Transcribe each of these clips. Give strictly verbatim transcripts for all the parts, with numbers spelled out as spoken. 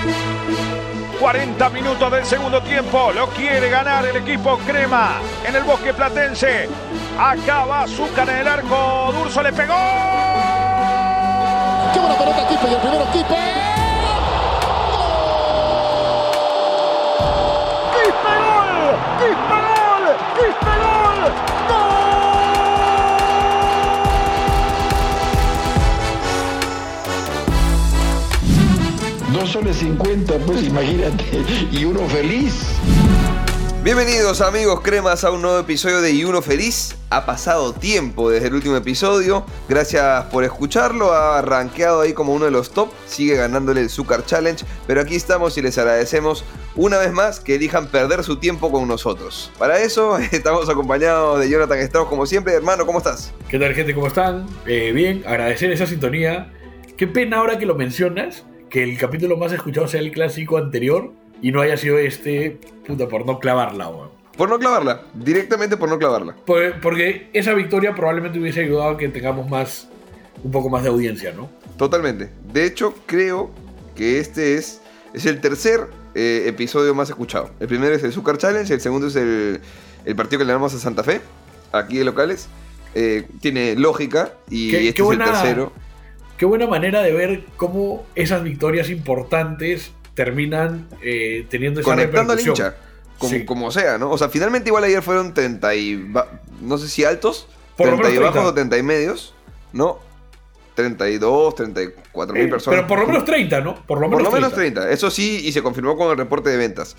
cuarenta minutos del segundo tiempo. Lo quiere ganar el equipo crema en el Bosque Platense. Acaba Azúcar en el arco. Durso le pegó. ¡Qué buena pelota, Quispe! Y el primero, Quispe. ¡Quispe gol! ¡Quispe gol! ¡Quispe gol! ¡Gol! Dos soles cincuenta, pues imagínate, y uno feliz. Bienvenidos amigos cremas a un nuevo episodio de Y Uno Feliz. Ha pasado tiempo desde el último episodio. Gracias por escucharlo. Ha rankeado ahí como uno de los top. Sigue ganándole el Zúcar Challenge. Pero aquí estamos y les agradecemos una vez más que elijan perder su tiempo con nosotros. Para eso estamos acompañados de Jonathan Strauss como siempre. Hermano, ¿cómo estás? ¿Qué tal, gente? ¿Cómo están? Eh, bien, agradecer esa sintonía. Qué pena ahora que lo mencionas, que el capítulo más escuchado sea el clásico anterior y no haya sido este, puta, por no clavarla, weón. Por no clavarla, directamente por no clavarla. Por, porque esa victoria probablemente hubiese ayudado a que tengamos más, un poco más de audiencia, ¿no? Totalmente. De hecho, creo que este es, es el tercer eh, episodio más escuchado. El primero es el Zúcar Challenge, el segundo es el, el partido que le damos a Santa Fe, aquí de locales. Eh, tiene lógica y qué, este qué es buena, el tercero. Qué buena manera de ver cómo esas victorias importantes terminan eh, teniendo esa conectando al repercusión. hincha, como, Sí. como sea, ¿no? O sea, finalmente igual ayer fueron treinta y... ba- no sé si altos, Por lo treinta y menos bajos treinta. o treinta y medios, ¿no? treinta y dos, treinta y cuatro mil Eh, personas. pero por lo menos treinta, ¿no? Por lo Por menos, lo menos treinta. treinta, eso sí, y se confirmó con el reporte de ventas.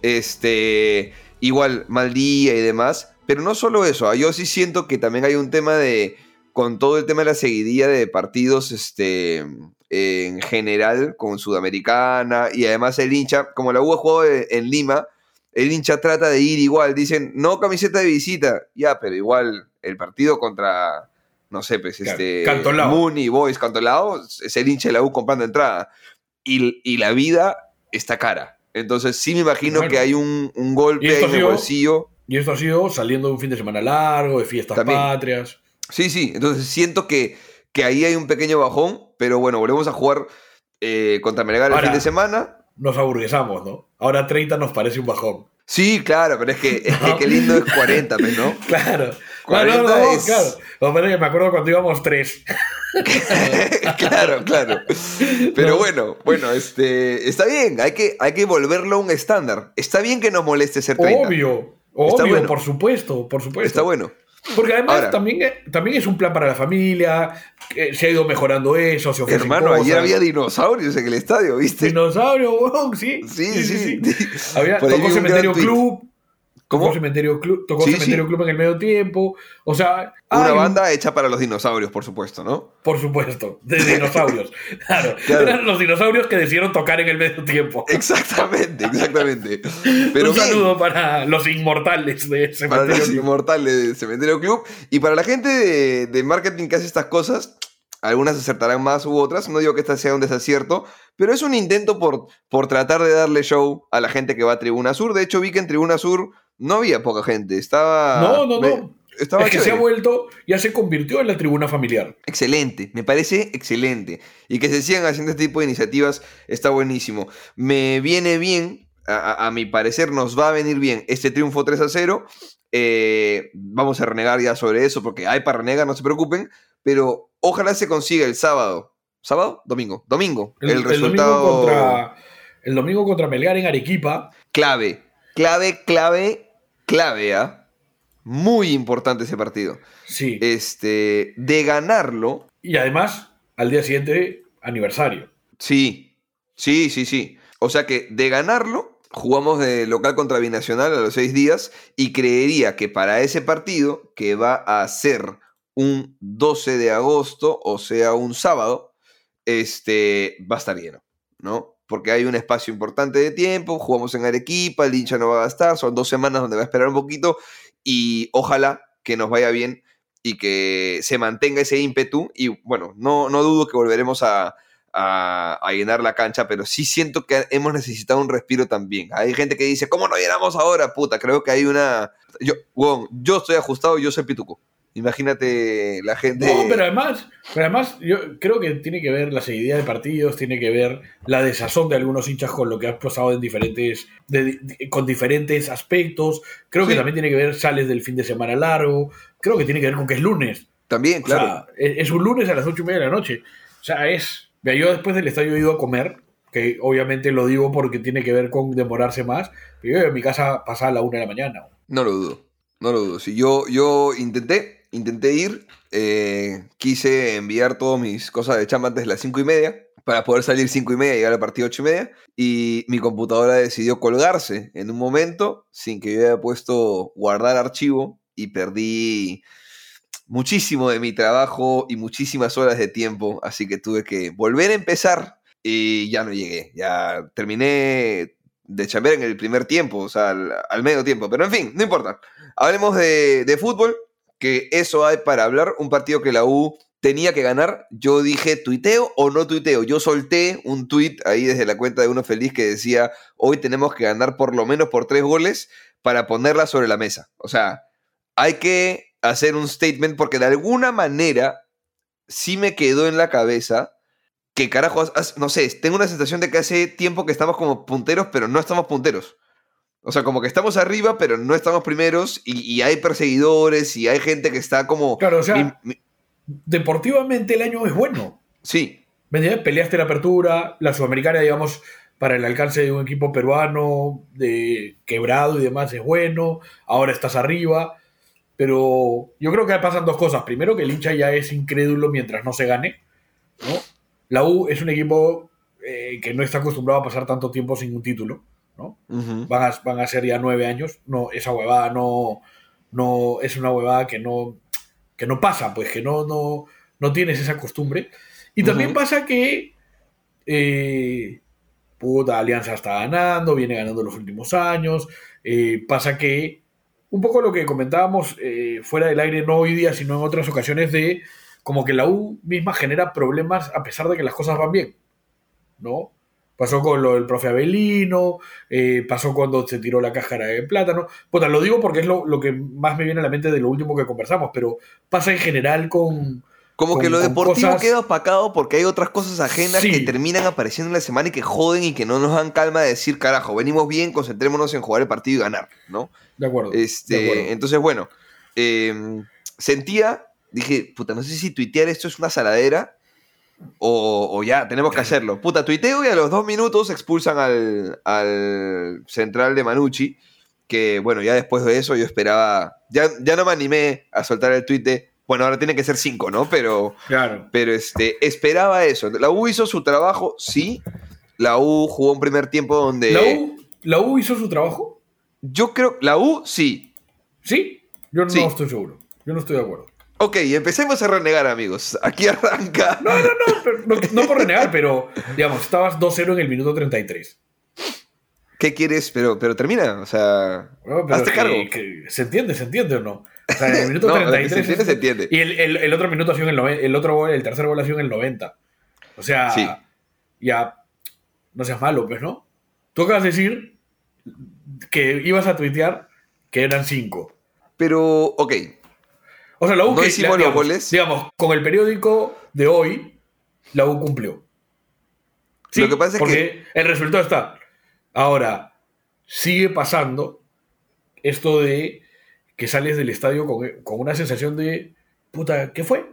Este, igual, mal día y demás, pero no solo eso, ah, yo sí siento que también hay un tema de, con todo el tema de la seguidilla de partidos, este, en general, con Sudamericana, y además el hincha, como la U ha jugado en, en Lima, el hincha trata de ir igual, dicen, no camiseta de visita, ya, pero igual, el partido contra... no sé, pues, Claro, este... Cantolao. Muni, Boys, Cantolao, es el hincha de la U comprando entrada. Y, y la vida está cara. Entonces sí me imagino Bueno. que hay un, un Y golpe esto en ha el sido- bolsillo. Y esto ha sido saliendo de un fin de semana largo, de fiestas También. patrias. Sí, sí. Entonces siento que, que ahí hay un pequeño bajón. Pero bueno, volvemos a jugar eh, contra Melgar el Ahora. fin de semana. Nos aburguesamos, ¿no? Ahora treinta nos parece un bajón. Sí, claro, pero es que, es que No. qué lindo es cuarenta, pues, ¿no? Claro. cuarenta No, no, no, es- claro. Lo que pasa es que me acuerdo cuando íbamos tres. Claro, claro. Pero No. bueno, bueno, este, está bien. Hay que, hay que volverlo a un estándar. Está bien que nos moleste ser treinta. Obvio. Está Obvio, bueno. por supuesto, por supuesto. Está bueno. Porque además Ahora. también, también es un plan para la familia, que se ha ido mejorando eso, se ofrecen Hermano, cosas. ayer había dinosaurios en el estadio, ¿viste? Dinosaurio, weón, sí. Sí, sí, sí. Había, Por ahí tocó vi un Cementerio gran tweet. Club. ¿Cómo? Tocó Cementerio Club, tocó Sí, Cementerio sí. Club en el medio tiempo. O sea, Una hay un- banda hecha para los dinosaurios, por supuesto, ¿no? Por supuesto, de dinosaurios. Claro, Claro. eran los dinosaurios que decidieron tocar en el medio tiempo. Exactamente, exactamente. Pero Un bien, saludo para los inmortales de para Cementerio los Club. inmortales de Cementerio Club. Y para la gente de, de marketing que hace estas cosas, algunas acertarán más u otras. No digo que esta sea un desacierto, pero es un intento por, por tratar de darle show a la gente que va a Tribuna Sur. De hecho, vi que en Tribuna Sur no había poca gente. Estaba... No, no, me- no. Estaba Es que se chévere. ha vuelto, ya se convirtió en la tribuna familiar. Excelente, me parece excelente. Y que se sigan haciendo este tipo de iniciativas está buenísimo. Me viene bien, a, a- a mi parecer nos va a venir bien este triunfo tres a cero. Eh, vamos a renegar ya sobre eso porque hay para renegar, no se preocupen. Pero ojalá se consiga el sábado. ¿Sábado? Domingo. Domingo. El, El, resultado domingo contra, el domingo contra Melgar en Arequipa. clave. Clave, clave, clave, ¿ah? Muy importante ese partido. Sí. Este, de ganarlo. Y además, al día siguiente, aniversario. Sí, sí, sí, sí. O sea que de ganarlo, jugamos de local contra Binacional a los seis días y creería que para ese partido, que va a ser un doce de agosto, o sea, un sábado, este, va a estar lleno, ¿no? Porque hay un espacio importante de tiempo, jugamos en Arequipa, el hincha no va a gastar, son dos semanas donde va a esperar un poquito y ojalá que nos vaya bien y que se mantenga ese ímpetu y bueno, no, no dudo que volveremos a, a, a llenar la cancha, pero sí siento que hemos necesitado un respiro también. Hay gente que dice, ¿cómo no llenamos ahora? Puta, creo que hay una... Yo, bueno, yo estoy ajustado, yo soy pituco. Imagínate la gente... No, pero además, pero además yo creo que tiene que ver la seguidilla de partidos, tiene que ver la desazón de algunos hinchas con lo que ha pasado en diferentes, de, de, con diferentes aspectos. Creo sí. que también tiene que ver, sales del fin de semana largo. Creo que tiene que ver con que es lunes. También, claro. O sea, es, es un lunes a las ocho y media de la noche. O sea, es... Mira, yo después del estadio he ido a comer, que obviamente lo digo porque tiene que ver con demorarse más, pero yo en mi casa pasaba a la una de la mañana. No lo dudo, no lo dudo. Si yo, yo intenté... Intenté ir, eh, quise enviar todas mis cosas de chamba antes de las cinco y media para poder salir cinco y media y llegar al partido ocho y media, y mi computadora decidió colgarse en un momento sin que yo haya puesto guardar archivo y perdí muchísimo de mi trabajo y muchísimas horas de tiempo, así que tuve que volver a empezar y ya no llegué, ya terminé de chambear en el primer tiempo, o sea, al, al medio tiempo, pero en fin, no importa. Hablemos de, de fútbol. Que eso hay para hablar, un partido que la U tenía que ganar. Yo dije, ¿tuiteo o no tuiteo? Yo solté un tuit ahí desde la cuenta de Uno Feliz que decía, hoy tenemos que ganar por lo menos por tres goles para ponerla sobre la mesa. O sea, hay que hacer un statement porque de alguna manera sí me quedó en la cabeza que carajo, no sé, tengo una sensación de que hace tiempo que estamos como punteros, pero no estamos punteros. O sea, como que estamos arriba, pero no estamos primeros, y, y hay perseguidores, y hay gente que está como... Claro, o sea, mi, mi... deportivamente el año es bueno. Sí. ¿Me entiendes? Peleaste la apertura, la sudamericana, digamos, para el alcance de un equipo peruano de quebrado y demás es bueno, ahora estás arriba, pero yo creo que pasan dos cosas. Primero, que el hincha ya es incrédulo mientras no se gane, ¿no? La U es un equipo eh, que no está acostumbrado a pasar tanto tiempo sin un título, ¿no? Uh-huh. Van a, van a ser ya nueve años. No, esa huevada no, no es una huevada que no, que no pasa, pues que no, no, no tienes esa costumbre. Y también uh-huh. pasa que eh, puta, Alianza está ganando, viene ganando los últimos años. Eh, pasa que un poco lo que comentábamos eh, fuera del aire, no hoy día, sino en otras ocasiones, de como que la U misma genera problemas a pesar de que las cosas van bien, ¿no? Pasó con lo del profe Avelino, eh, pasó cuando se tiró la cáscara de plátano. Puta, lo digo porque es lo, lo que más me viene a la mente de lo último que conversamos, pero pasa en general con... Como con, que lo deportivo cosas... queda opacado porque hay otras cosas ajenas sí. que terminan apareciendo en la semana y que joden y que no nos dan calma de decir, carajo, venimos bien, concentrémonos en jugar el partido y ganar, ¿no? De acuerdo. Este, de acuerdo. Entonces, bueno, eh, sentía, dije, puta, no sé si tuitear esto es una saladera... O, o ya, tenemos que hacerlo. Puta, tuiteo y a los dos minutos expulsan al, al central de Manucci. Que bueno, ya después de eso yo esperaba. Ya, ya no me animé a soltar el tuit de. Bueno, ahora tiene que ser cinco, ¿no? Pero, claro. pero este, esperaba eso. La U hizo su trabajo, sí. La U jugó un primer tiempo donde. ¿La U, ¿la U hizo su trabajo? Yo creo. La U, sí. ¿Sí? Yo no sí. estoy seguro. Yo no estoy de acuerdo. Ok, empecemos a renegar, amigos. Aquí arranca. No, no, no, pero, no, no por renegar, pero, digamos, estabas dos cero en el minuto treinta y tres. ¿Qué quieres? Pero, pero termina, o sea, bueno, pero hazte que, cargo. Que, ¿se entiende? ¿Se entiende o no? O sea, en el minuto no, treinta y tres... Se entiende, se entiende. Y el, el, el otro minuto ha sido en el noventa, el otro gol, el tercer gol ha sido en el noventa. O sea, sí. ya, no seas malo, pues, ¿no? Tú acabas de decir que ibas a tuitear que eran cinco. Pero, ok... O sea, la U no que, hicimos la, digamos, los goles. Digamos, con el periódico de hoy, la U cumplió. Sí, lo que pasa es porque que el resultado está. Ahora, sigue pasando esto de que sales del estadio con, con una sensación de, puta, ¿qué fue?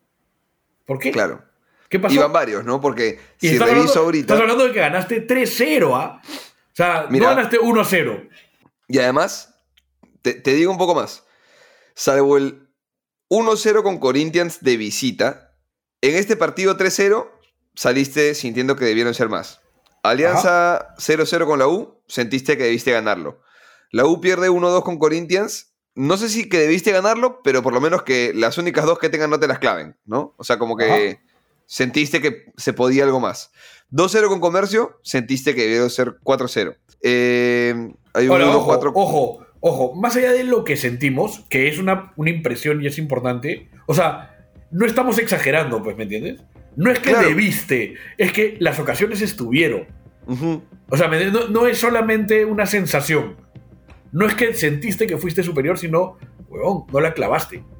¿Por qué? Claro. ¿Qué pasó? Y van varios, ¿no? Porque y si reviso hablando, ahorita... Estás hablando de que ganaste tres cero, ¿ah? ¿eh? O sea, mira, no ganaste uno cero. Y además, te, te digo un poco más. Salvo el uno cero con Corinthians de visita, en este partido tres cero saliste sintiendo que debieron ser más. Alianza Ajá. cero cero con la U, sentiste que debiste ganarlo. La U pierde uno dos con Corinthians, no sé si que debiste ganarlo, pero por lo menos que las únicas dos que tengan no te las claven, ¿no? O sea, como que Ajá. sentiste que se podía algo más. dos cero con Comercio, sentiste que debió ser cuatro cero. Eh, hay un Ahora, uno ojo, cuatro... ojo. Ojo, más allá de lo que sentimos, que es una, una impresión y es importante, o sea, no estamos exagerando, pues, ¿me entiendes? No es que claro. debiste, es que las ocasiones estuvieron. Uh-huh. O sea, no, no es solamente una sensación. No es que sentiste que fuiste superior, sino, huevón, no la clavaste.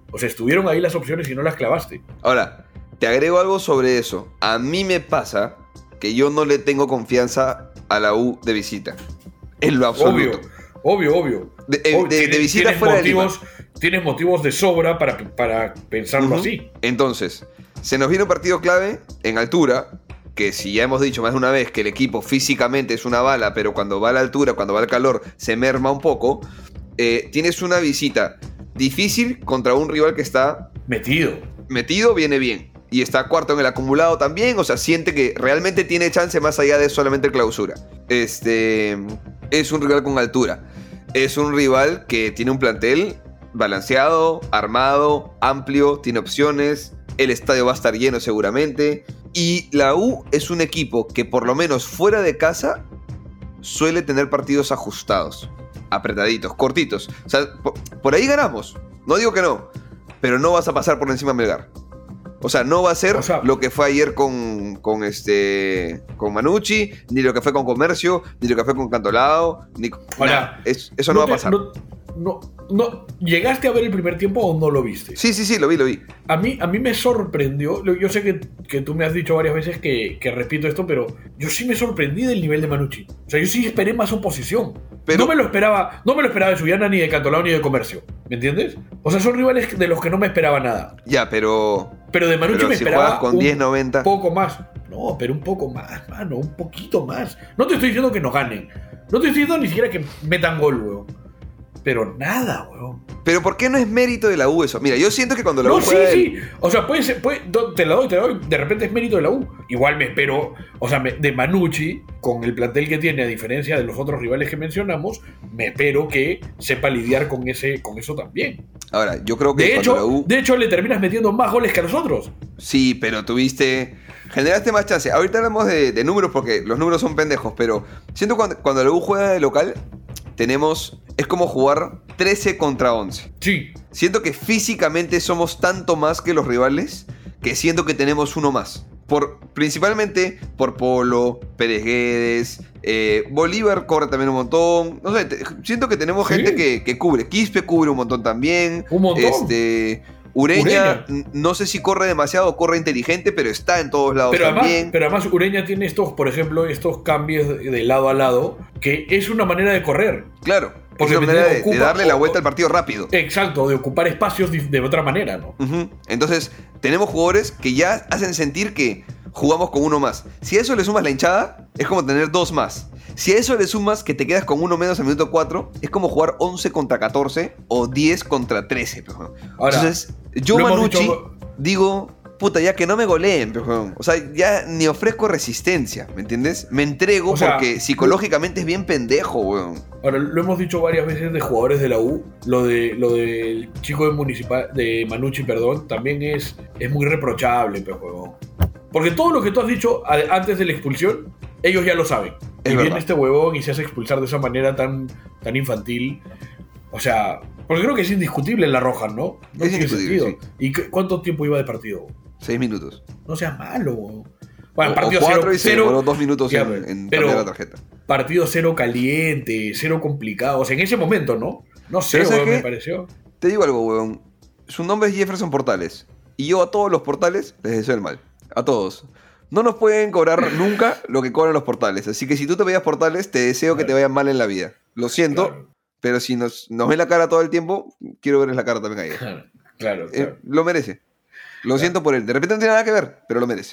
O sea, estuvieron ahí las opciones y no las clavaste. Ahora, te agrego algo sobre eso. A mí me pasa que yo no le tengo confianza a la U de visita. En lo absoluto. Obvio, obvio, obvio. De, de, de, de visita fuera motivos, de Lima. Tienes motivos de sobra para, para pensarlo uh-huh. así. Entonces, se nos viene un partido clave en altura, que si ya hemos dicho más de una vez que el equipo físicamente es una bala, pero cuando va a la altura, cuando va al calor, se merma un poco. Eh, tienes una visita difícil contra un rival que está... Metido. Metido, viene bien. Y está cuarto en el acumulado también. O sea, siente que realmente tiene chance más allá de solamente el clausura. Este... Es un rival con altura. Es un rival que tiene un plantel balanceado, armado, amplio, tiene opciones. El estadio va a estar lleno seguramente. Y la U es un equipo que por lo menos fuera de casa suele tener partidos ajustados, apretaditos, cortitos. O sea, por, por ahí ganamos. No digo que no, pero no vas a pasar por encima de Melgar. O sea, no va a ser o sea, lo que fue ayer con, con, este, con Manucci, ni lo que fue con Comercio, ni lo que fue con Cantolao. Ni, Ahora, nah, es, eso no, no te, va a pasar. No, no, no, ¿llegaste a ver el primer tiempo o no lo viste? Sí, sí, sí, lo vi, lo vi. A mí, a mí me sorprendió. Yo sé que, que tú me has dicho varias veces que, que repito esto, pero yo sí me sorprendí del nivel de Manucci. O sea, yo sí esperé más oposición. Pero, no me lo esperaba, no me lo esperaba de Suyana, ni de Cantolao, ni de Comercio. ¿Me entiendes? O sea, son rivales de los que no me esperaba nada. Ya, pero... Pero de Manucci pero me si esperaba con diez noventa. Un poco más. No, pero un poco más, mano, un poquito más. No te estoy diciendo que nos ganen. No te estoy diciendo ni siquiera que metan gol, weón. Pero nada, weón. Pero ¿por qué no es mérito de la U eso? Mira, yo siento que cuando la no, U sí, juega sí. El... O sea, puede ser, puede, te la doy, te la doy. De repente es mérito de la U. Igual me espero, o sea, me, de Manucci, con el plantel que tiene, a diferencia de los otros rivales que mencionamos, me espero que sepa lidiar con ese, con eso también. Ahora, yo creo que de hecho, la U... de hecho, le terminas metiendo más goles que a nosotros. Sí, pero tuviste... Generaste más chance. Ahorita hablamos de, de números porque los números son pendejos, pero siento cuando, cuando la U juega de local, tenemos... Es como jugar trece contra once. Sí. Siento que físicamente somos tanto más que los rivales que siento que tenemos uno más. Por, principalmente por Polo, Pérez Guedes, eh, Bolívar corre también un montón. No sé, te, siento que tenemos ¿Sí? gente que, que cubre. Quispe cubre un montón también. Un montón. Este... Ureña, Ureña, no sé si corre demasiado o corre inteligente, pero está en todos lados pero también. Además, pero además Ureña tiene estos, por ejemplo, estos cambios de lado a lado, que es una manera de correr. Claro, porque es una manera de, ocupa, de darle la vuelta al partido rápido. Exacto, de ocupar espacios de, de otra manera, ¿no? Uh-huh. Entonces, tenemos jugadores que ya hacen sentir que jugamos con uno más. Si a eso le sumas la hinchada, es como tener dos más. Si a eso le sumas que te quedas con uno menos al minuto cuatro, es como jugar once contra catorce o diez contra trece. Ahora, entonces, yo Manucci dicho... digo, puta, ya que no me goleen. O sea, ya ni ofrezco resistencia, ¿me entiendes? Me entrego o sea, porque psicológicamente es bien pendejo, weón. Ahora, lo hemos dicho varias veces de jugadores de la U, lo de lo del chico de Municipal, de Manucci, perdón, también es, es muy reprochable, pero weón. Porque todo lo que tú has dicho antes de la expulsión, ellos ya lo saben. Es y verdad. viene este huevón y se hace expulsar de esa manera tan, tan infantil. O sea, porque creo que es indiscutible la roja, ¿no? No es indiscutible, sí. ¿Y qué, cuánto tiempo iba de partido? Seis minutos. No seas malo. Bueno, o, partido o cuatro cero, y se demoró dos minutos ya, en, en cambiar la tarjeta. Partido cero caliente, cero complicado. O sea, en ese momento, ¿no? No sé, huevón, me pareció. Te digo algo, huevón. Su nombre es Jefferson Portales. Y yo a todos los portales les deseo el mal. A todos. No nos pueden cobrar nunca lo que cobran los portales. Así que si tú te veas portales, te deseo que te vayan mal en la vida. Lo siento, claro. Pero si nos, nos ven la cara todo el tiempo, quiero verles la cara también a ella. Claro, claro. Eh, lo merece. Lo claro. siento por él. De repente no tiene nada que ver, pero lo merece.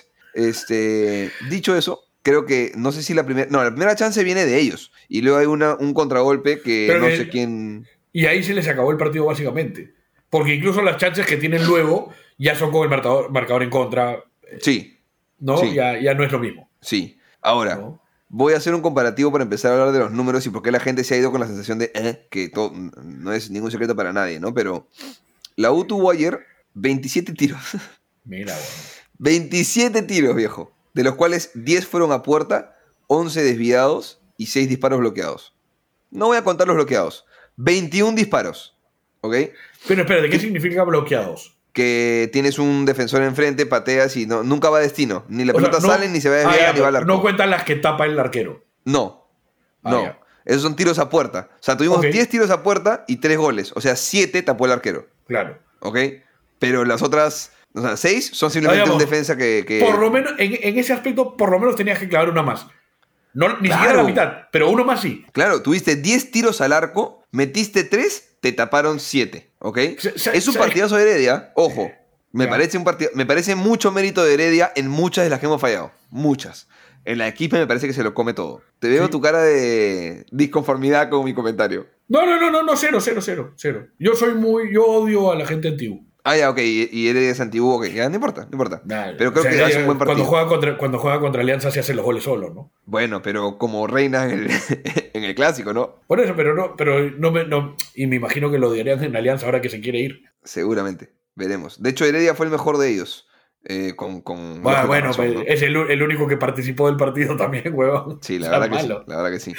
Este, dicho eso, creo que, no sé si la primera... No, la primera chance viene de ellos. Y luego hay una, un contragolpe que pero no que, sé quién... Y ahí se les acabó el partido básicamente. Porque incluso las chances que tienen luego ya son con el marcador, marcador en contra. Sí. ¿No? Sí. Ya, ya no es lo mismo. Sí. Ahora, ¿no? Voy a hacer un comparativo para empezar a hablar de los números y por qué la gente se ha ido con la sensación de eh, que todo, no es ningún secreto para nadie, ¿no? Pero la U tuvo ayer veintisiete tiros. Mira, bueno. veintisiete tiros, viejo. De los cuales diez fueron a puerta, once desviados y seis disparos bloqueados. No voy a contar los bloqueados. veintiún disparos. ¿Ok? Pero espérate, ¿qué significa bloqueados? Que tienes un defensor enfrente, pateas y no, nunca va a destino. Ni la o pelota sea, no, sale, ni se va a desviar, ah, ya, ni va al arco. No cuentan las que tapa el arquero. No, ah, no. Ya. Esos son tiros a puerta. O sea, tuvimos okay. diez tiros a puerta y tres goles. O sea, siete tapó el arquero. Claro. ¿Ok? pero las otras, o sea, seis son simplemente Digamos, un defensa que... que... Por lo menos, en, en ese aspecto, por lo menos tenías que clavar una más. No, ni Claro. siquiera la mitad, pero uno más sí. Claro, tuviste diez tiros al arco, metiste tres, te taparon siete, ¿ok? Se- se- Es un se- partidazo de Heredia, ojo. Me Ya. parece un partido, me parece mucho mérito de Heredia en muchas de las que hemos fallado. Muchas. En la equipa me parece que se lo come todo. Te veo Sí. tu cara de disconformidad con mi comentario. No, no, no, no, no, cero, cero, cero, cero. Yo soy muy, yo odio a la gente antigua. Ah, ya, ok. Y, y Heredia es antiguo, ok. Ya, no importa, no importa. Nah, Pero creo o sea, que ya- hace un buen partido. Cuando juega contra, cuando juega contra Alianza se hace los goles solo, ¿no? Bueno, pero como reina en el, en el clásico, ¿no? Por eso, pero no, pero no me, no, y me imagino que lo odiarían en Alianza ahora que se quiere ir. Seguramente. Veremos. De hecho, Heredia fue el mejor de ellos. Eh, con, con Bueno, lógica bueno, razón, pues, ¿no? es el, el único que participó del partido también, huevón. Sí, la O sea, verdad que sí. malo. La verdad que sí.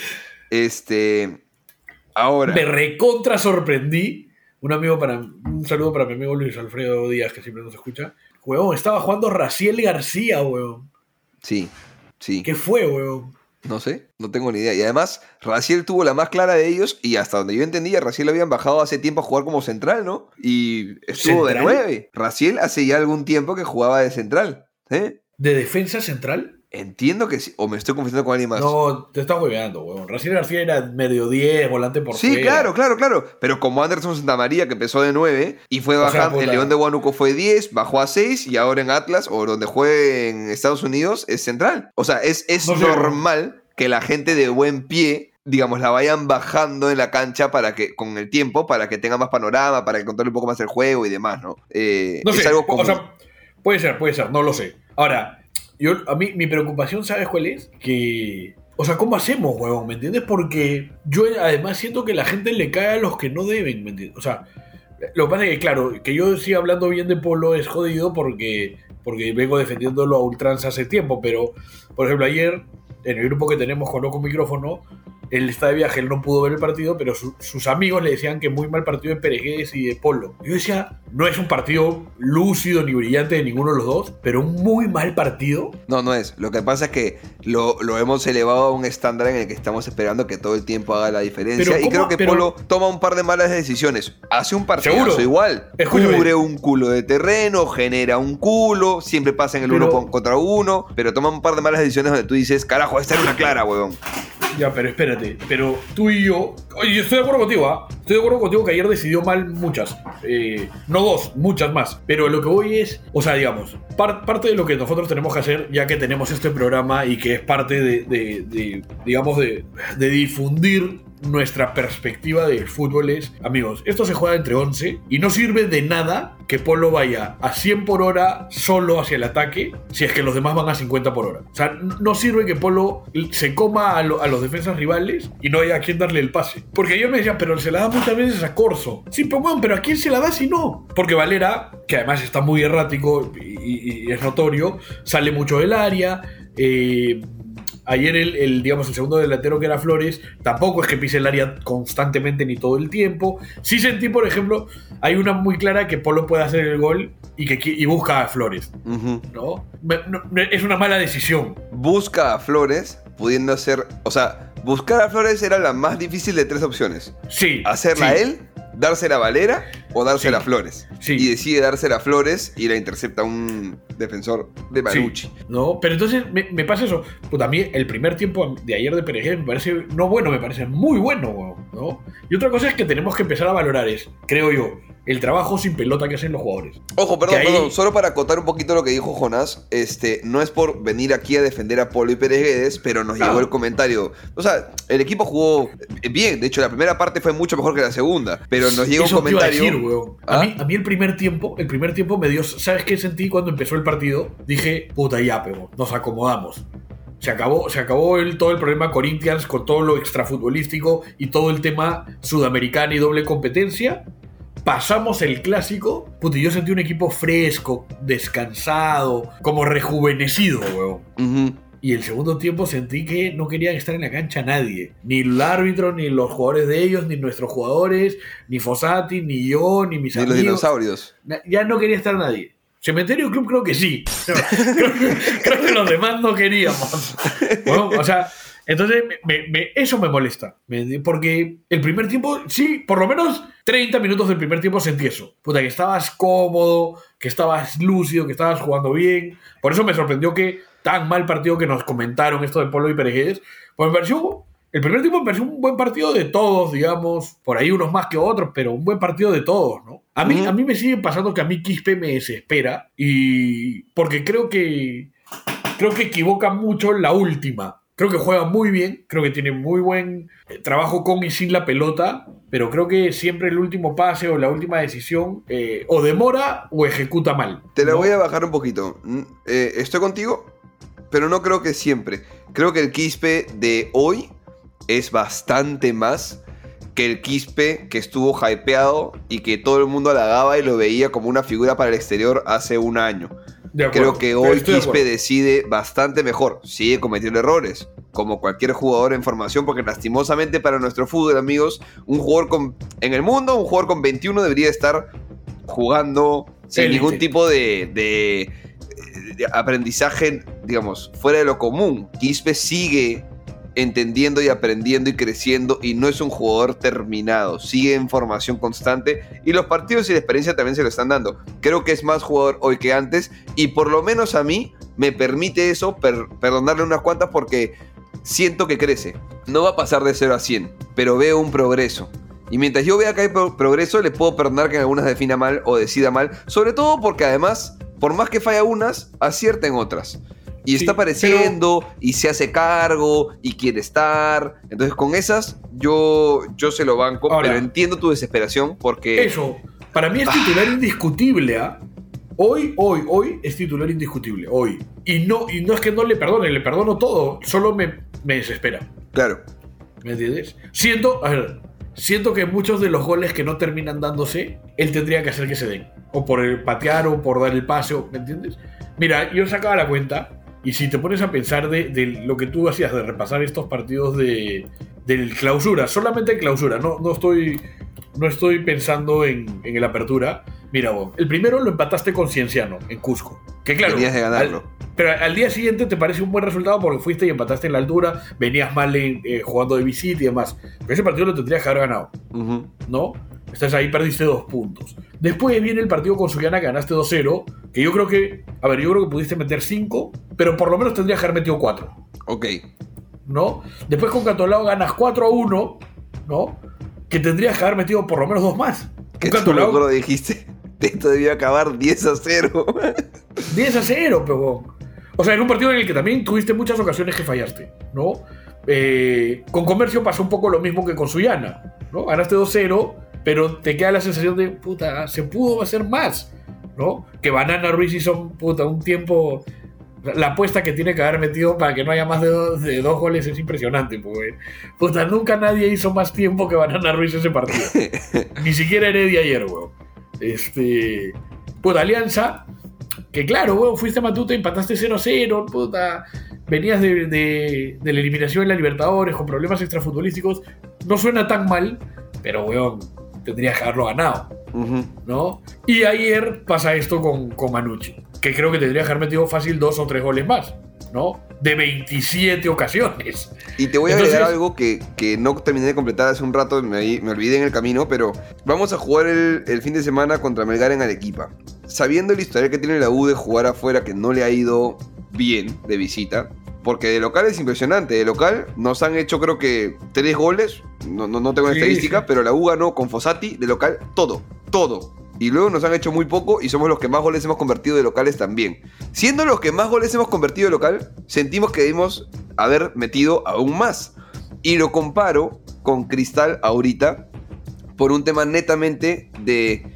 Este. Ahora. Me recontra sorprendí. Un amigo para un saludo para mi amigo Luis Alfredo Díaz, que siempre nos escucha. Huevón, estaba jugando Raciel García, huevón. Sí, sí. ¿Qué fue, huevón? No sé, no tengo ni idea. Y además, Raciel tuvo la más clara de ellos. Y hasta donde yo entendía, Raciel lo habían bajado hace tiempo a jugar como central, ¿no? Y estuvo ¿Central? de nueve. Raciel hace ya algún tiempo que jugaba de central. ¿Eh? ¿De defensa central? Entiendo que sí. O me estoy confundiendo con alguien más. No, te estás hueveando, huevón. Raciel García era medio diez, volante por Sí, fuera. claro, claro, claro. Pero como Anderson Santamaría, que empezó de nueve y fue O sea, bajando, puta. el León de Huánuco fue diez, bajó a seis y ahora en Atlas o donde juegue en Estados Unidos es central. O sea, es, es No sé, normal que la gente de buen pie, digamos, la vayan bajando en la cancha para que con el tiempo, para que tenga más panorama, para que controle un poco más el juego y demás, ¿no? Eh, No es sé, algo o común. sea, puede ser, puede ser, no lo sé. Ahora, yo, a mí, mi preocupación, ¿sabes cuál es? Que, o sea, ¿cómo hacemos, huevón? ¿Me entiendes? Porque yo además siento que la gente le cae a los que no deben, ¿me entiendes? O sea, lo que pasa es que, claro, que yo siga hablando bien de Polo es jodido porque, porque vengo defendiéndolo a ultranza hace tiempo, pero, por ejemplo, ayer, en el grupo que tenemos con Loco Micrófono, él está de viaje, él no pudo ver el partido, pero su- sus amigos le decían que muy mal partido de Peregués y de Polo. Yo decía, no es un partido lúcido ni brillante de ninguno de los dos, pero un muy mal partido. No, no es. Lo que pasa es que lo, lo hemos elevado a un estándar en el que estamos esperando que todo el tiempo haga la diferencia. Pero y ¿cómo? creo que Pero- Polo toma un par de malas decisiones. Hace un partidazo Seguro. igual. Escúchame. Cubre un culo de terreno, genera un culo, siempre pasa en el Pero- uno con- contra uno, pero toma un par de malas decisiones donde tú dices, carajo, esta era una clara, huevón. Ya, pero espérate, pero tú y yo... Oye, yo estoy de acuerdo contigo, ¿ah? Estoy de acuerdo contigo que ayer decidió mal muchas. Eh, no dos, muchas más. Pero lo que voy es... O sea, digamos, par- parte de lo que nosotros tenemos que hacer, ya que tenemos este programa y que es parte de, de- de, digamos, de, de difundir nuestra perspectiva del fútbol es, amigos, esto se juega entre once y no sirve de nada que Polo vaya a cien por hora solo hacia el ataque si es que los demás van a cincuenta por hora. O sea, no sirve que Polo se coma a, lo- a los defensas rivales y no haya a quien darle el pase. Porque ellos me decían, pero se la da muchas veces a Corso. Sí, pero bueno, pero ¿a quién se la da si no? Porque Valera, que además está muy errático y, y- y es notorio, sale mucho del área. eh... Ayer el, el, digamos, el segundo delantero que era Flores, tampoco es que pise el área constantemente ni todo el tiempo. Sí sentí, por ejemplo, hay una muy clara que Polo puede hacer el gol y que qui- y busca a Flores, Ujú. ¿no? Me- no- no- Es una mala decisión. Busca a Flores, pudiendo hacer. O sea, buscar a Flores era la más difícil de tres opciones: Sí. hacerla sí, a él, dársela a Valera o dársela Sí. a Flores. Sí. Y decide dársela a Flores y la intercepta un defensor de Manucci. Sí, ¿no? Pero entonces me, me pasa eso. Puta, a mí el primer tiempo de ayer de Perején me parece, no bueno, me parece muy bueno, weón, ¿no? Y otra cosa es que tenemos que empezar a valorar es, creo yo, el trabajo sin pelota que hacen los jugadores. Ojo, perdón, Que ahí- perdón, solo para acotar un poquito lo que dijo Jonás, este, no es por venir aquí a defender a Polo y Pérez Guedes, pero nos No. llegó el comentario. O sea, el equipo jugó bien, de hecho la primera parte fue mucho mejor que la segunda, pero nos llegó Eso un te iba a comentario. decir, weón. ¿Ah? A, mí, a mí el primer tiempo, el primer tiempo me dio, ¿sabes qué sentí cuando empezó el partido? Dije, puta ya, pero nos acomodamos. Se acabó, se acabó el, todo el problema Corinthians con todo lo extrafutbolístico y todo el tema sudamericano y doble competencia. Pasamos el clásico, puta, y yo sentí un equipo fresco, descansado, como rejuvenecido, weón. Ujú. Y el segundo tiempo sentí que no querían estar en la cancha nadie. Ni el árbitro, ni los jugadores de ellos, ni nuestros jugadores, ni Fossati, ni yo, ni mis Ni los amigos. dinosaurios. Na- Ya no quería estar nadie. Cementerio Club creo que sí. creo, que- creo que los demás no queríamos. Bueno, o sea, Entonces, me, me, eso me molesta. Porque el primer tiempo, sí, por lo menos treinta minutos del primer tiempo sentí eso. Puta, que estabas cómodo, que estabas lúcido, que estabas jugando bien. Por eso me sorprendió que tan mal partido que nos comentaron esto de Polo y Peregués. Pues me pareció, el primer tiempo me pareció un buen partido de todos, digamos. Por ahí unos más que otros, pero un buen partido de todos, ¿no? A mí, uh-huh. a mí me sigue pasando que a mí Quispe me desespera. Y porque creo que... Creo que equivoca mucho la última. Creo que juega muy bien. Creo que tiene muy buen trabajo con y sin la pelota. Pero creo que siempre el último pase o la última decisión eh, o demora o ejecuta mal. Te la ¿no? voy a bajar un poquito. Eh, estoy contigo, pero no creo que siempre. Creo que el Quispe de hoy es bastante más que el Quispe que estuvo hypeado y que todo el mundo halagaba y lo veía como una figura para el exterior hace un año. Creo que hoy Quispe de decide bastante mejor. Sigue cometiendo errores, como cualquier jugador en formación, porque lastimosamente para nuestro fútbol, amigos, un jugador con, en el mundo, un jugador con veintiuno debería estar jugando sin Elite. ningún tipo de, de, de aprendizaje, digamos, fuera de lo común. Quispe sigue entendiendo y aprendiendo y creciendo y no es un jugador terminado, sigue en formación constante y los partidos y la experiencia también se lo están dando. Creo que es más jugador hoy que antes y por lo menos a mí me permite eso, per- perdonarle unas cuantas porque siento que crece. No va a pasar de cero a cien, pero veo un progreso. Y mientras yo vea que hay pro- progreso, le puedo perdonar que en algunas defina mal o decida mal, sobre todo porque además, por más que falla unas, acierta en otras. Y sí, está apareciendo, pero... y se hace cargo, y quiere estar. Entonces, con esas, yo, yo se lo banco, ahora, pero entiendo tu desesperación porque... Eso, para mí es titular ah. indiscutible, ¿ah? ¿eh? Hoy, hoy, hoy es titular indiscutible, hoy. Y no, y no es que no le perdone, le perdono todo, solo me, me desespera. Claro. ¿Me entiendes? Siento, a ver, siento que muchos de los goles que no terminan dándose, él tendría que hacer que se den. O por el patear, o por dar el pase, ¿me entiendes? Mira, yo sacaba la cuenta... Y si te pones a pensar de, de lo que tú hacías, de repasar estos partidos de, del clausura, solamente en clausura, no, no, estoy, no estoy pensando en, en el apertura. Mira vos, el primero lo empataste con Cienciano, en Cusco. Que claro, tenías de ganarlo. Al, pero al día siguiente te parece un buen resultado porque fuiste y empataste en la altura, venías mal en, eh, jugando de visita y demás. Pero ese partido lo tendrías que haber ganado, uh-huh. ¿no? Estás ahí, perdiste dos puntos. Después viene el partido con Sullana que ganaste dos cero, que yo creo que, a ver, yo creo que pudiste meter cinco, pero por lo menos tendrías que haber metido cuatro. Ok. ¿No? Después con Cantolao ganas cuatro a uno, ¿no? Que tendrías que haber metido por lo menos dos más. Que tú no lo dijiste. Esto debía acabar diez a cero. diez a cero, pero... O sea, en un partido en el que también tuviste muchas ocasiones que fallaste, ¿no? Eh, con Comercio pasó un poco lo mismo que con Sullana, ¿no? Ganaste dos cero, pero te queda la sensación de, puta, se pudo hacer más, ¿no? Que Banana Ruiz hizo, puta, un tiempo... La apuesta que tiene que haber metido para que no haya más de dos, de dos goles es impresionante, porque, puta, nunca nadie hizo más tiempo que Banana Ruiz ese partido. Ni siquiera Heredia ayer, weón. Este... Puta, Alianza... Que claro, weón, fuiste a Matute, empataste cero a cero, puta, venías de, de, de la eliminación en la Libertadores con problemas extrafutbolísticos, no suena tan mal, pero weón, tendrías que haberlo ganado, uh-huh. ¿no? Y ayer pasa esto con, con Manucci, que creo que tendría que haber metido fácil dos o tres goles más, ¿no? De veintisiete ocasiones. Y te voy a Entonces, agregar algo que, que no terminé de completar hace un rato, me, me olvidé en el camino, pero vamos a jugar el, el fin de semana contra Melgar en Arequipa. Sabiendo el historial que tiene la U de jugar afuera, que no le ha ido bien de visita, porque de local es impresionante. De local nos han hecho creo que tres goles, no, no, no tengo la sí, estadística, sí. pero la U ganó con Fossati de local todo, todo. Y luego nos han hecho muy poco y somos los que más goles hemos convertido de locales también. Siendo los que más goles hemos convertido de local, sentimos que debimos haber metido aún más. Y lo comparo con Cristal ahorita por un tema netamente de...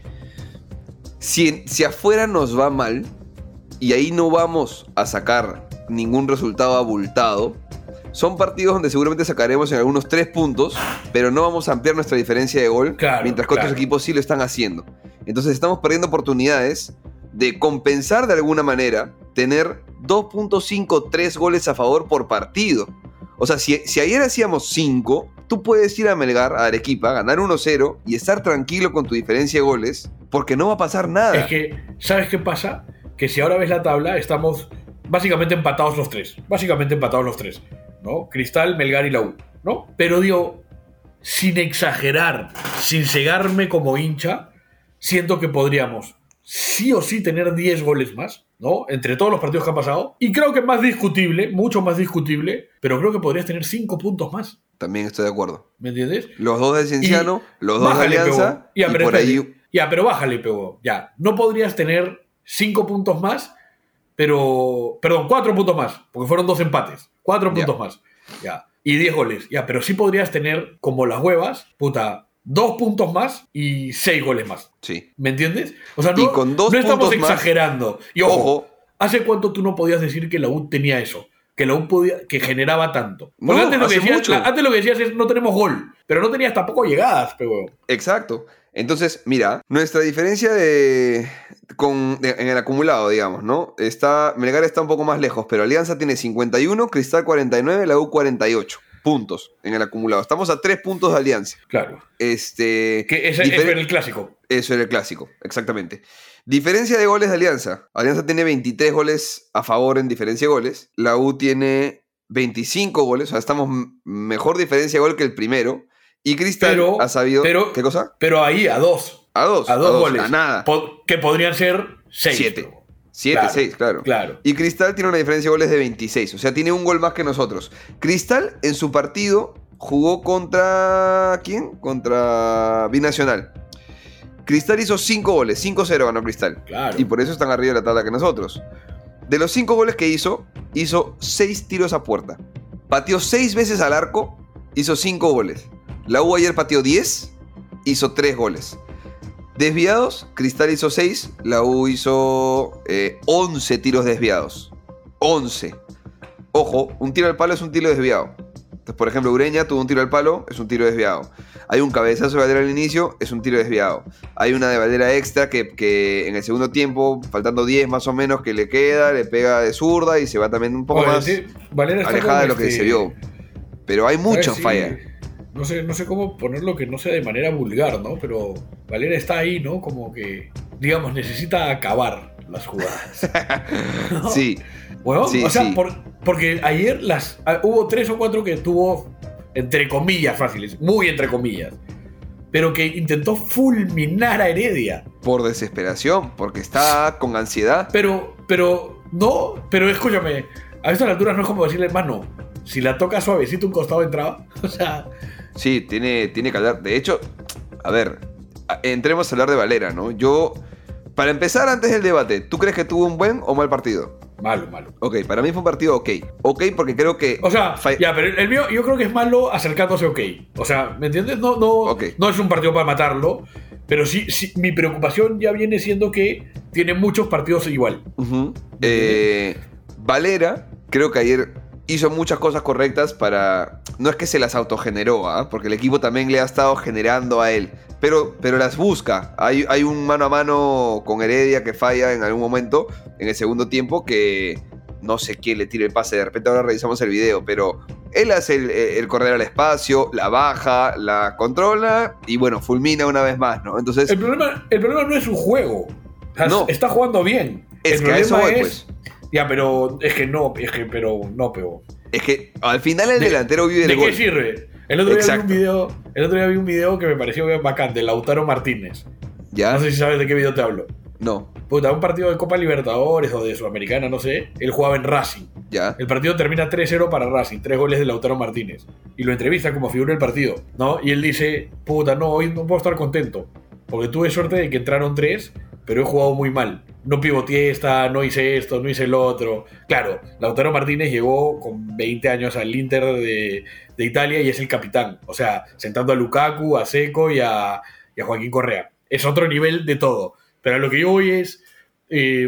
Si, si afuera nos va mal y ahí no vamos a sacar ningún resultado abultado, son partidos donde seguramente sacaremos en algunos tres puntos, pero no vamos a ampliar nuestra diferencia de gol, claro, mientras que claro. otros equipos sí lo están haciendo. Entonces estamos perdiendo oportunidades de compensar de alguna manera, tener dos punto cinco, tres goles a favor por partido. O sea, si, si ayer hacíamos cinco, tú puedes ir a Melgar, a Arequipa, ganar uno cero y estar tranquilo con tu diferencia de goles, porque no va a pasar nada. Es que, ¿sabes qué pasa? Que si ahora ves la tabla, estamos básicamente empatados los tres. Básicamente empatados los tres. ¿no? Cristal, Melgar y la U, ¿no? Pero digo, sin exagerar, sin cegarme como hincha, siento que podríamos sí o sí tener diez goles más, ¿no? Entre todos los partidos que han pasado. Y creo que más discutible, mucho más discutible, pero creo que podrías tener cinco puntos más. También estoy de acuerdo. ¿Me entiendes? Los dos de Cienciano, y los dos bájale, de Alianza, ya, y pero por espérate, ahí... Ya, pero bájale, pego. Ya, no podrías tener cinco puntos más, pero... Perdón, cuatro puntos más, porque fueron dos empates. Cuatro puntos ya. más. Ya. Y diez goles. Ya, pero sí podrías tener, como las huevas, puta... Dos puntos más y seis goles más. Sí. ¿Me entiendes? O sea, no, y con dos no estamos puntos exagerando. Más, y ojo, ojo, ¿hace cuánto tú no podías decir que la U tenía eso? Que la U podía, que generaba tanto. Porque no, antes, lo que hace decías, mucho. la, antes lo que decías es no tenemos gol, pero no tenías tampoco llegadas, pero... Exacto. Entonces, mira, nuestra diferencia de, con, de, en el acumulado, digamos, ¿no? Está, Melgar está un poco más lejos, pero Alianza tiene cincuenta y uno, Cristal cuarenta y nueve, la U cuarenta y ocho. Puntos en el acumulado. Estamos a tres puntos de Alianza. Claro. Este, que ese, difer- eso era el clásico. Eso era el clásico, exactamente. Diferencia de goles de Alianza. Alianza tiene veintitrés goles a favor en diferencia de goles. La U tiene veinticinco goles. O sea, estamos m- mejor diferencia de gol que el primero. Y Cristal Pero- ha sabido... pero- ¿Qué cosa? Pero ahí a dos. A dos. A dos goles. A nada. Po- que podrían ser seis. Siete. pero- Siete, Claro, seis, claro. Claro. Y Cristal tiene una diferencia de goles de veintiséis. O sea, tiene un gol más que nosotros. Cristal en su partido jugó contra... ¿Quién? Contra Binacional. Cristal hizo cinco goles. cinco cero ganó Cristal. Claro. Y por eso están arriba de la tabla que nosotros. De los cinco goles que hizo, hizo seis tiros a puerta. Pateó seis veces al arco, hizo cinco goles. La U ayer pateó diez, hizo tres goles. Desviados, Cristal hizo seis, la U hizo eh, once tiros desviados. once. Ojo, un tiro al palo es un tiro desviado. Entonces, por ejemplo, Ureña tuvo un tiro al palo, es un tiro desviado. Hay un cabezazo de Valera al inicio, es un tiro desviado. Hay una de Valera extra que, que en el segundo tiempo, faltando diez más o menos, que le queda, le pega de zurda y se va también un poco Oye, más sí, Valera está alejada como de lo que este- se vio. Pero hay muchas Sí, fallas. No sé, no sé cómo ponerlo que no sea de manera vulgar, ¿no? Pero Valera está ahí, ¿no? Como que, digamos, necesita acabar las jugadas. ¿no? Sí, Bueno, sí, o sea, sí. por- porque ayer las ah, hubo tres o cuatro que tuvo, entre comillas, fáciles, muy entre comillas, pero que intentó fulminar a Heredia. por desesperación, porque está con ansiedad. Pero, pero, no, pero escúchame, a estas alturas no es como decirle, hermano, si la toca suavecito un costado de entrada, o sea... Sí, tiene, tiene que hablar. De hecho, a ver, a- entremos a hablar de Valera, ¿no? Yo, para empezar antes del debate, ¿tú crees que tuvo un buen o mal partido? Malo, malo. Ok, para mí fue un partido ok. Ok, porque creo que... O sea, fa- ya, pero el mío yo creo que es malo acercándose ok. O sea, ¿me entiendes? No, no, Ok. no es un partido para matarlo, pero sí, sí, mi preocupación ya viene siendo que tiene muchos partidos igual. Ujú. Eh, Valera, creo que ayer hizo muchas cosas correctas para... No es que se las autogeneró, ¿ah? Porque el equipo también le ha estado generando a él. Pero, pero las busca. Hay, hay un mano a mano con Heredia que falla en algún momento, en el segundo tiempo, que no sé quién le tira el pase. De repente ahora revisamos el video, pero él hace el, el correr al espacio, la baja, la controla y bueno, fulmina una vez más, ¿no? Entonces... El problema, el problema no es su juego. O sea, No. Está jugando bien. Es el que a eso problema voy, es... pues. Ya, pero es que no, es que, pero no, pero... Es que al final el ¿De- delantero vive ¿De del qué gol. sirve? El otro, día vi un Exacto. video, el otro día vi un video que me pareció bien bacán, de Lautaro Martínez. ¿Ya? No sé si sabes de qué video te hablo. No. Puta, un partido de Copa Libertadores o de Sudamericana, no sé. Él jugaba en Racing. ¿Ya? El partido termina tres cero para Racing, tres goles de Lautaro Martínez. Y lo entrevista como figura del partido, ¿no? Y él dice, puta, no, hoy no puedo estar contento. Porque tuve suerte de que entraron tres, pero he jugado muy mal. No pivoteé esta, no hice esto, no hice el otro. Claro, Lautaro Martínez llegó con veinte años al Inter de, de Italia y es el capitán. O sea, sentando a Lukaku, a Seco y a, y a Joaquín Correa. Es otro nivel de todo. Pero a lo que yo voy es... Eh,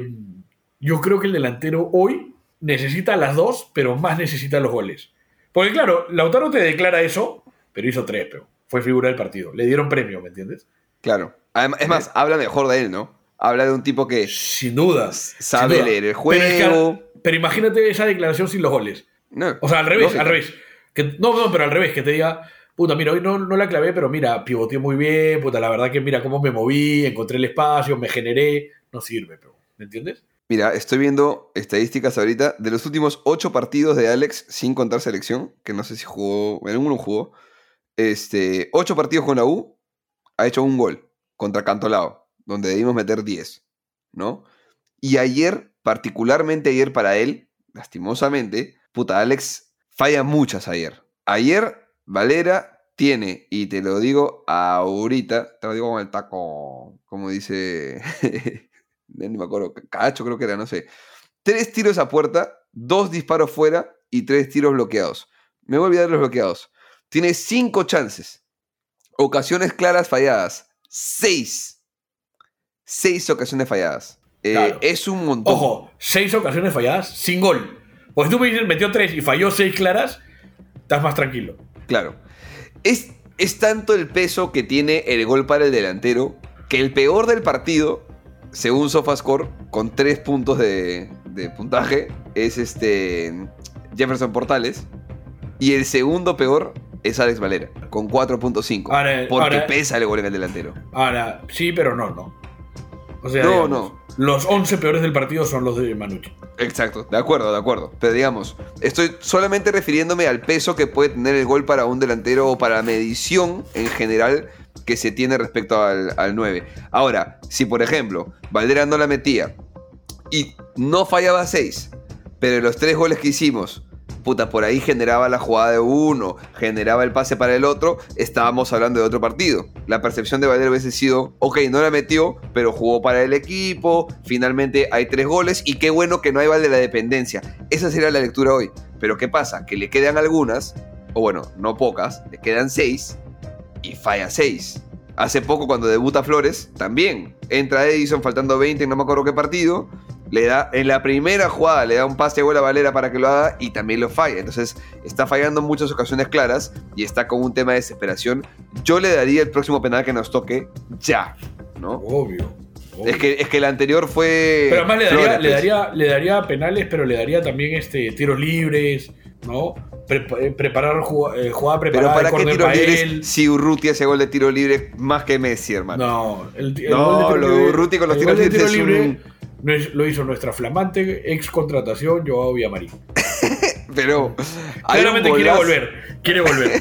yo creo que el delantero hoy necesita las dos, pero más necesita los goles. Porque claro, Lautaro te declara eso, pero hizo tres, pero fue figura del partido. Le dieron premio, ¿me entiendes? Claro. Además, es más, habla mejor de él, ¿no? Habla de un tipo que Sin duda. sabe sin duda. leer el Pero, es que- juego. pero imagínate esa declaración sin los goles. No, O sea, al revés, lógico. al revés. Que, no, no, pero al revés, que te diga, puta, mira, hoy no, no la clavé, pero mira, pivoteé muy bien, puta, la verdad que mira cómo me moví, encontré el espacio, me generé. No sirve, pero, ¿me entiendes? Mira, estoy viendo estadísticas ahorita de los últimos ocho partidos de Alex sin contar selección, que no sé si jugó, en uno jugó. Este, ocho partidos con la U, ha hecho un gol contra Cantolao, donde debimos meter diez, ¿no? Y ayer, particularmente ayer para él, lastimosamente, puta, Alex falla muchas ayer. Ayer, Valera tiene, y te lo digo ahorita, te lo digo con el taco, como dice... ni me acuerdo, Cacho creo que era, no sé. Tres tiros a puerta, dos disparos fuera y tres tiros bloqueados. Me voy a olvidar de los bloqueados. Tiene cinco chances. Ocasiones claras falladas. Seis. Seis ocasiones falladas. Eh, claro. Es un montón. Ojo, seis ocasiones falladas sin gol. Pues tú me dices, metió tres y falló seis claras, estás más tranquilo. Claro. Es, es tanto el peso que tiene el gol para el delantero que el peor del partido... Según SofaScore, con tres puntos de, de puntaje, es este Jefferson Portales. Y el segundo peor es Alex Valera, con cuatro punto cinco. Porque ahora, pesa el gol en el delantero. Ahora, sí, pero no, no. O sea, no, digamos, no. Los once peores del partido son los de Manucci. Exacto, de acuerdo, de acuerdo. Pero digamos, estoy solamente refiriéndome al peso que puede tener el gol para un delantero o para la medición en general que se tiene respecto al, al nueve. Ahora, si por ejemplo Valera no la metía y no fallaba seis, pero los tres goles que hicimos, puta, por ahí generaba la jugada de uno, generaba el pase para el otro, estábamos hablando de otro partido. La percepción de Valera hubiese sido, ok, no la metió, pero jugó para el equipo, finalmente hay tres goles y qué bueno que no hay Valera dependencia. Esa sería la lectura hoy. Pero ¿qué pasa? Que le quedan algunas, o bueno, no pocas, le quedan seis y falla seis. Hace poco cuando debuta Flores, también entra Edison faltando veinte, no me acuerdo qué partido, le da, en la primera jugada le da un pase de gol a Valera para que lo haga y también lo falla. Entonces está fallando en muchas ocasiones claras y está con un tema de desesperación. Yo le daría el próximo penal que nos toque ya, ¿no? Obvio. obvio. Es que, es que el anterior fue... Pero además le daría, Flores, le, daría, le daría penales, pero le daría también este, tiros libres, ¿no? Pre preparar jugada, jugada preparada. Pero ¿para qué tiros libres si Urruti hace gol de tiro libre más que Messi, hermano? No, el, el no, gol de tiro lo libre, de Urruti con los tiros libres tiro libre un... no es, lo hizo nuestra flamante ex contratación Joao Villamarín. Pero claramente quiere volver, quiere volver.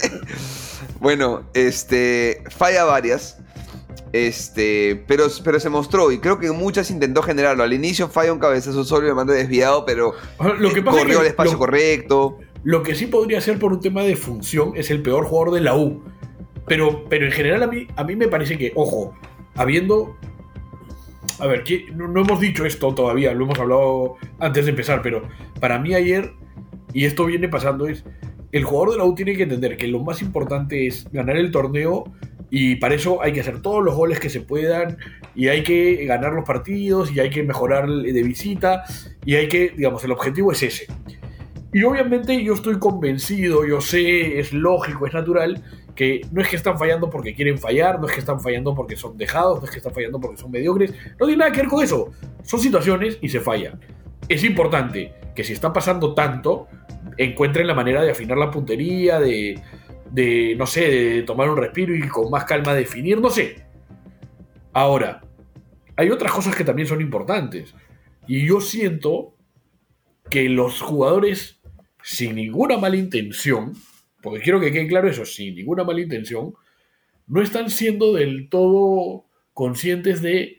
Bueno, este falla varias. Este, pero, pero se mostró y creo que muchas intentó generarlo. Al inicio falla un cabezazo solo y le mandó desviado, pero lo que pasa corrió es que al espacio lo, correcto. Lo que sí podría ser por un tema de función es el peor jugador de la U. Pero, pero en general a mí, a mí me parece que, ojo, habiendo... A ver, no, no hemos dicho esto todavía, lo hemos hablado antes de empezar, pero para mí ayer, y esto viene pasando, es... El jugador de la U tiene que entender que lo más importante es ganar el torneo y para eso hay que hacer todos los goles que se puedan y hay que ganar los partidos y hay que mejorar de visita y hay que, digamos, el objetivo es ese. Y obviamente yo estoy convencido, yo sé, es lógico, es natural, que no es que están fallando porque quieren fallar, no es que están fallando porque son dejados, no es que están fallando porque son mediocres, no tiene nada que ver con eso. Son situaciones y se fallan. Es importante que si está pasando tanto, encuentren la manera de afinar la puntería, de, de, no sé, de tomar un respiro y con más calma definir, no sé. Ahora, hay otras cosas que también son importantes. Y yo siento que los jugadores, sin ninguna mala intención, porque quiero que quede claro eso, sin ninguna mala intención, no están siendo del todo conscientes de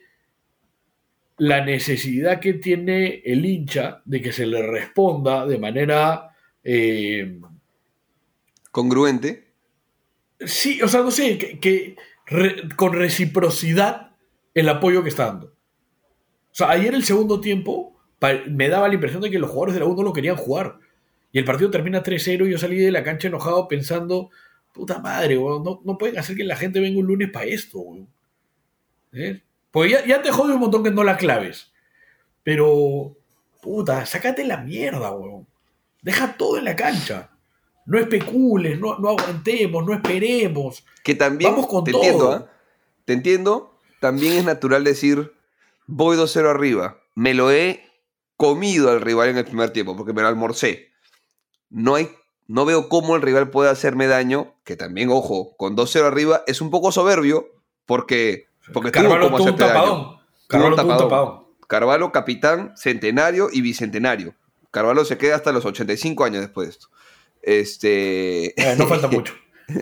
la necesidad que tiene el hincha de que se le responda de manera... Eh, ¿congruente? Sí, o sea, no sé, que, que re, con reciprocidad el apoyo que está dando. O sea, ayer el segundo tiempo me daba la impresión de que los jugadores de la U no lo querían jugar. Y el partido termina tres cero y yo salí de la cancha enojado pensando, puta madre, weón, no, no pueden hacer que la gente venga un lunes para esto, weón. ¿Eh? Porque ya, ya te jode un montón que no la claves. Pero, puta, sácate la mierda, weón. Deja todo en la cancha. No especules, no, no aguantemos, no esperemos. Que también, vamos con te todo. Entiendo, ¿eh? Te entiendo. También es natural decir, voy dos cero arriba. Me lo he comido al rival en el primer tiempo, porque me lo almorcé. No hay, no veo cómo el rival puede hacerme daño, que también, ojo, con dos cero arriba es un poco soberbio, porque, porque Carvalho tuvo tuvo un tapadón. daño. Carvalho tuvo un tapadón. Carvalho, capitán, centenario y bicentenario. Carvalho se queda hasta los ochenta y cinco años después de esto. Este... Eh, no falta mucho.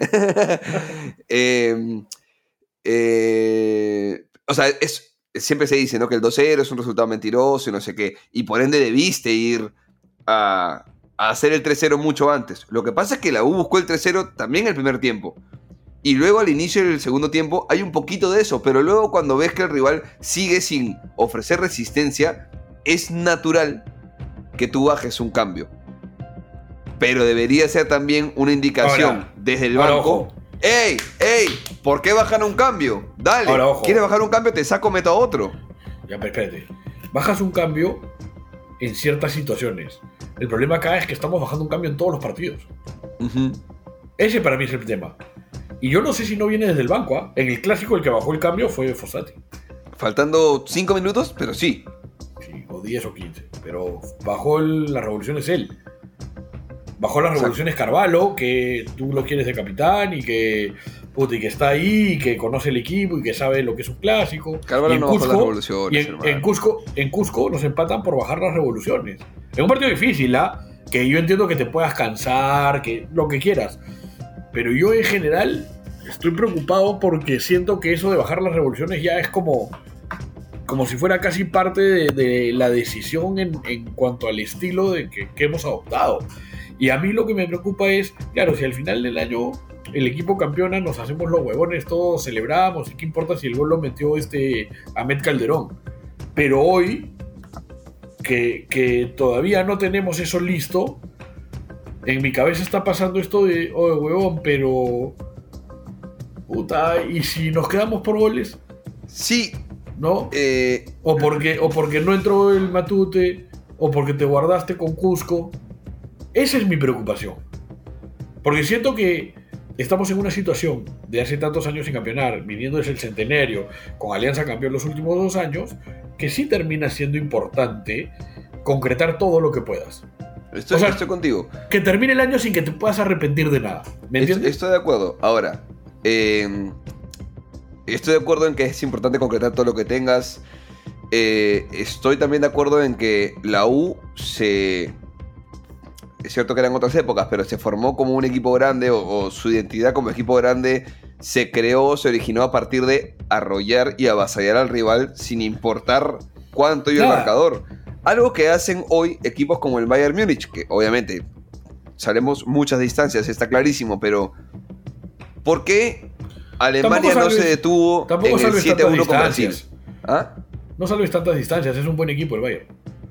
eh, eh, o sea, es, siempre se dice, ¿no?, que el dos cero es un resultado mentiroso y no sé qué. Y por ende debiste ir a, a hacer el tres cero mucho antes. Lo que pasa es que la U buscó el tres cero también el primer tiempo. Y luego al inicio del segundo tiempo hay un poquito de eso, pero luego cuando ves que el rival sigue sin ofrecer resistencia, es natural que tú bajes un cambio. Pero debería ser también una indicación ahora, desde el ahora, banco. ojo. ¡Ey! ¡Ey! ¿Por qué bajan un cambio? Dale. Ahora, ojo. ¿Quieres bajar un cambio? Te saco, meto a otro. Ya, pero espérate. Bajas un cambio en ciertas situaciones. El problema acá es que estamos bajando un cambio en todos los partidos. Uh-huh. Ese para mí es el tema. Y yo no sé si no viene desde el banco, ¿eh? En el clásico el que bajó el cambio fue Fossati. Faltando cinco minutos, pero sí. Sí, o diez o quince. Pero bajó el, las revoluciones él. Bajó las revoluciones Carvalho, que tú lo quieres de capitán y que, puta, y que está ahí, y que conoce el equipo y que sabe lo que es un clásico. Carvalho y en no Cusco, bajó las revoluciones, y en, en, Cusco, en Cusco nos empatan por bajar las revoluciones. Es un partido difícil, ¿ah? ¿eh? Que yo entiendo que te puedas cansar, que lo que quieras. Pero yo en general estoy preocupado porque siento que eso de bajar las revoluciones ya es como, como si fuera casi parte de, de la decisión en, en cuanto al estilo de que, que hemos adoptado. Y a mí lo que me preocupa es, claro, si al final del año el equipo campeona, nos hacemos los huevones, todos celebramos, y qué importa si el gol lo metió este Ahmed Calderón. Pero hoy, que, que todavía no tenemos eso listo, en mi cabeza está pasando esto de, oh, huevón, pero... Puta, ¿y si nos quedamos por goles? Sí. ¿No? Eh... O, porque, o porque no entró el Matute, o porque te guardaste con Cusco. Esa es mi preocupación. Porque siento que estamos en una situación de hace tantos años sin campeonar, viniendo desde el centenario, con Alianza campeón los últimos dos años, que sí termina siendo importante concretar todo lo que puedas. Estoy, o sea, estoy contigo. Que termine el año sin que te puedas arrepentir de nada. ¿Me entiendes? Estoy, estoy de acuerdo. Ahora, eh, estoy de acuerdo en que es importante concretar todo lo que tengas. Eh, estoy también de acuerdo en que la U se... Es cierto que eran otras épocas, pero se formó como un equipo grande, o, o su identidad como equipo grande se creó, se originó a partir de arrollar y avasallar al rival sin importar cuánto iba el marcador. Algo que hacen hoy equipos como el Bayern Múnich, que obviamente sabemos muchas distancias, está clarísimo, pero ¿por qué Alemania no se detuvo en el siete a uno con Brasil? ¿Ah? No salves tantas distancias, es un buen equipo el Bayern.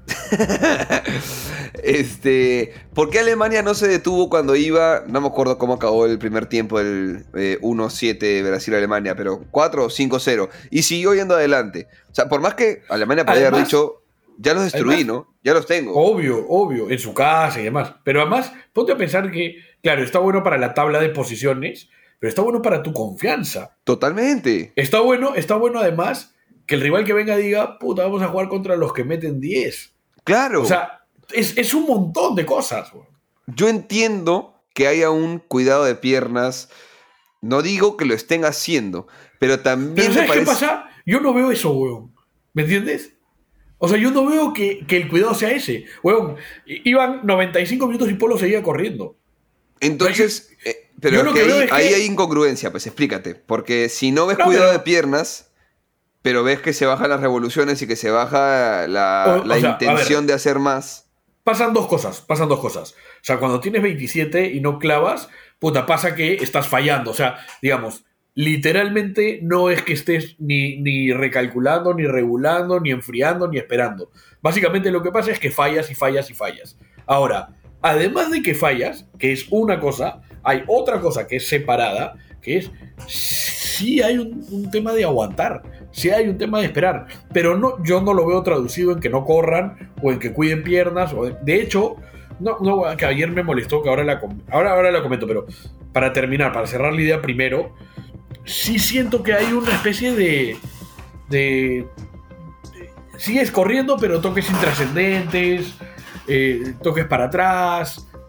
este, ¿por qué Alemania no se detuvo cuando iba? No me acuerdo cómo acabó el primer tiempo del eh, uno siete Brasil-Alemania, pero cuatro o cinco cero, y siguió yendo adelante. O sea, por más que Alemania podría haber dicho, ya los destruí, además, ¿no? Ya los tengo. Obvio, obvio, en su casa y demás. Pero además, ponte a pensar que, claro, está bueno para la tabla de posiciones, pero está bueno para tu confianza. Totalmente. Está bueno, está bueno además que el rival que venga diga, puta, vamos a jugar contra los que meten diez. Claro. O sea, es, es un montón de cosas. Güey. Yo entiendo que haya un cuidado de piernas. No digo que lo estén haciendo, pero también pero ¿sabes me parece... qué pasa? Yo no veo eso, weón. ¿Me entiendes? O sea, yo no veo que, que el cuidado sea ese. Weón, iban noventa y cinco minutos y Polo seguía corriendo. Entonces, yo, eh, pero es que ahí, es ahí que... hay incongruencia, pues explícate. Porque si no ves no, cuidado pero... de piernas... Pero ves que se bajan las revoluciones y que se baja la, o, la o sea, intención ver, de hacer más. Pasan dos cosas, pasan dos cosas. O sea, cuando tienes veintisiete y no clavas, puta, pasa que estás fallando. O sea, digamos, literalmente no es que estés ni, ni recalculando, ni regulando, ni enfriando, ni esperando. Básicamente lo que pasa es que fallas y fallas y fallas. Ahora, además de que fallas, que es una cosa, hay otra cosa que es separada, que es... Sí hay un, un tema de aguantar, sí hay un tema de esperar, pero no, yo no lo veo traducido en que no corran o en que cuiden piernas. O de, de hecho, no, no, que ayer me molestó, que ahora la, ahora, ahora la comento, pero para terminar, para cerrar la idea primero, sí siento que hay una especie de... de, de sigues corriendo, pero toques intrascendentes, eh, toques para atrás...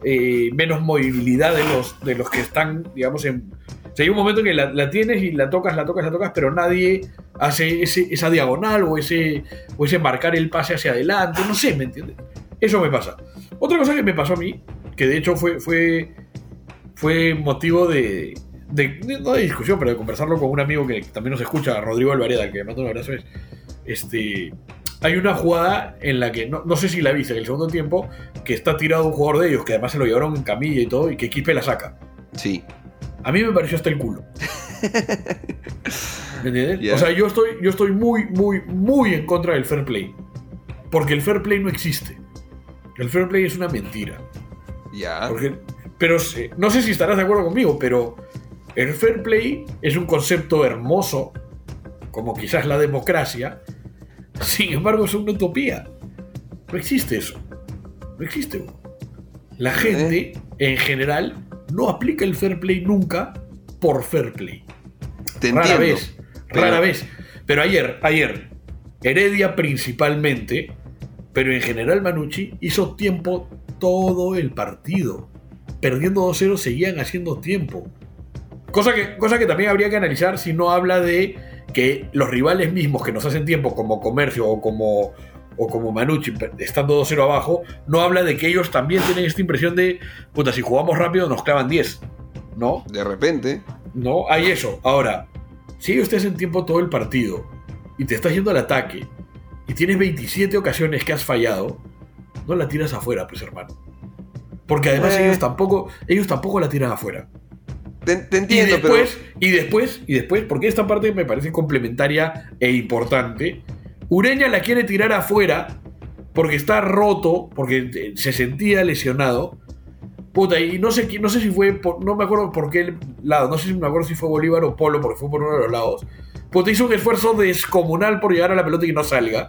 eh, menos movilidad de los, de los que están, digamos, en... O sea, hay un momento en que la, la tienes y la tocas, la tocas, la tocas, pero nadie hace ese, esa diagonal o ese, o ese marcar el pase hacia adelante, no sé, ¿me entiendes? Eso me pasa. Otra cosa que me pasó a mí, que de hecho fue, fue, fue motivo de, de, de, no de discusión, pero de conversarlo con un amigo que también nos escucha, Rodrigo Alvareda, que me manda un abrazo, es, este, hay una jugada en la que, no, no sé si la viste, en el segundo tiempo, que está tirado un jugador de ellos, que además se lo llevaron en camilla y todo, y que Quispe la saca. Sí. A mí me pareció hasta el culo. ¿Me entiendes? Yeah. O sea, yo estoy, yo estoy muy, muy, muy en contra del fair play. Porque el fair play no existe. El fair play es una mentira. Ya. Porque, pero no sé si estarás de acuerdo conmigo, pero el fair play es un concepto hermoso, como quizás la democracia. Sin embargo, es una utopía. No existe eso. No existe. La gente, en general, no aplica el fair play nunca por fair play. Te rara entiendo, vez, pero... rara vez. Pero ayer, ayer, Heredia principalmente, pero en general Manucci hizo tiempo todo el partido. Perdiendo dos cero seguían haciendo tiempo. Cosa que, cosa que también habría que analizar si no habla de que los rivales mismos que nos hacen tiempo, como Comercio o como... o como Manucci, estando dos cero abajo, no habla de que ellos también tienen esta impresión de, puta, si jugamos rápido nos clavan diez, ¿no? De repente. No, hay eso. Ahora, si ellos te hacen tiempo todo el partido y te estás yendo al ataque y tienes veintisiete ocasiones que has fallado, no la tiras afuera, pues, hermano. Porque además eh. ellos tampoco ellos tampoco la tiran afuera. Te, te entiendo, y después, pero... Y después, y después, porque esta parte me parece complementaria e importante, Ureña la quiere tirar afuera porque está roto, porque se sentía lesionado. Puta, y no sé, no sé si fue, por, no me acuerdo por qué lado, no sé si me acuerdo si fue Bolívar o Polo, porque fue por uno de los lados. Puta, hizo un esfuerzo descomunal por llegar a la pelota y que no salga.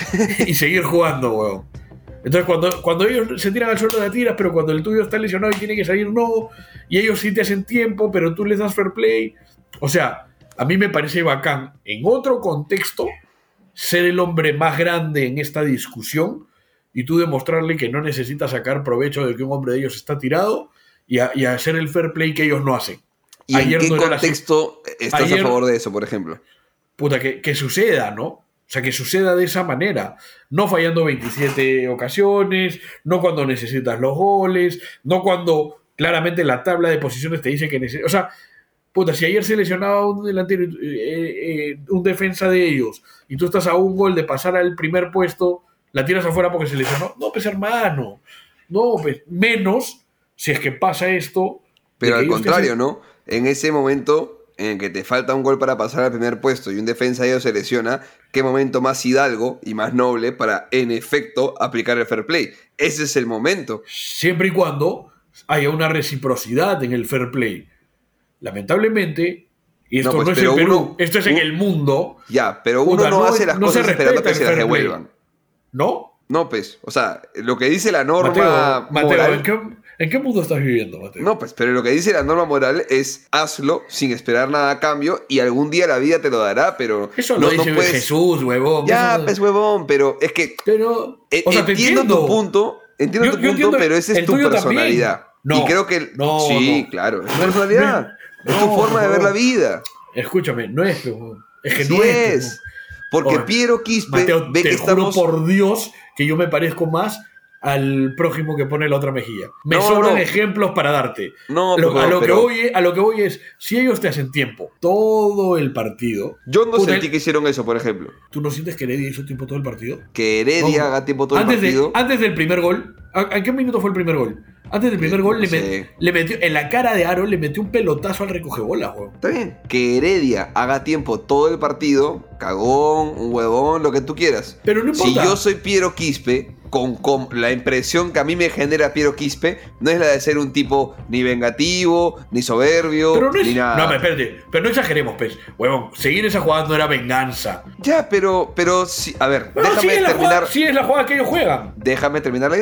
Y seguir jugando, weón. Entonces cuando, cuando ellos se tiran al suelo la tiras, pero cuando el tuyo está lesionado y tiene que salir, no. Y ellos sí te hacen tiempo, pero tú les das fair play. O sea, a mí me parece bacán, en otro contexto, ser el hombre más grande en esta discusión y tú demostrarle que no necesitas sacar provecho de que un hombre de ellos está tirado y, a, y hacer el fair play que ellos no hacen. ¿Y Ayer en qué no contexto la... estás Ayer, a favor de eso, por ejemplo? Puta, que, que suceda, ¿no? O sea, que suceda de esa manera. No fallando veintisiete ocasiones, no cuando necesitas los goles, no cuando claramente la tabla de posiciones te dice que necesitas... O sea, puta, si ayer se lesionaba un delantero, eh, eh, un defensa de ellos, y tú estás a un gol de pasar al primer puesto, la tiras afuera porque se lesionó. No, pues hermano, no, pues menos si es que pasa esto. Pero al contrario, hacen... ¿no? En ese momento en el que te falta un gol para pasar al primer puesto y un defensa de ellos se lesiona, ¿qué momento más hidalgo y más noble para, en efecto, aplicar el fair play? Ese es el momento. Siempre y cuando haya una reciprocidad en el fair play. Lamentablemente, y esto no, pues, no es en Perú, uno, esto es en un, el mundo. Ya, pero uno puta, no, no hace las no cosas esperando que se las devuelvan. ¿No? No, pues, o sea, lo que dice la norma Mateo, Mateo, moral... ¿en qué, ¿en qué mundo estás viviendo, Mateo? No, pues, pero lo que dice la norma moral es hazlo sin esperar nada a cambio y algún día la vida te lo dará, pero... Eso no, lo dice no puedes... Jesús, huevón. Ya, eso... pues, huevón, pero es que... Pero, eh, o sea, te entiendo, entiendo tu punto, entiendo yo, tu yo punto, entiendo pero esa es tu personalidad. No, y creo que... No, sí, no. claro, es tu no, personalidad. No, es tu forma no. de ver la vida. Escúchame, no es que... Es que sí no es... es. Porque Oye, Piero Quispe Mateo, ve te que juro estamos... por Dios que yo me parezco más al prójimo que pone la otra mejilla. Me no, sobran no. ejemplos para darte. No, lo, pero, a, lo pero... que voy, a lo que voy es, si ellos te hacen tiempo todo el partido... Yo no sentí el... que hicieron eso, por ejemplo. ¿Tú no sientes que Heredia hizo tiempo todo el partido? Que Heredia no. haga tiempo todo antes el partido. De, antes del primer gol, ¿en qué minuto fue el primer gol? Antes del primer sí, gol no le, sé. met, le metió en la cara de Aro, le metió un pelotazo al recogebolas, weón. Está bien. Que Heredia haga tiempo todo el partido, cagón, un huevón, lo que tú quieras. Pero no importa. Si yo soy Piero Quispe, con, con la impresión que a mí me genera Piero Quispe, no es la de ser un tipo ni vengativo, ni soberbio, pero no es, ni nada. No, espérate, pero no exageremos, pues. Huevón, seguir esa jugada no era venganza. Ya, pero, pero sí, a ver, pero déjame sí terminar. Jugada, sí es la jugada que ellos juegan. Déjame terminar la idea.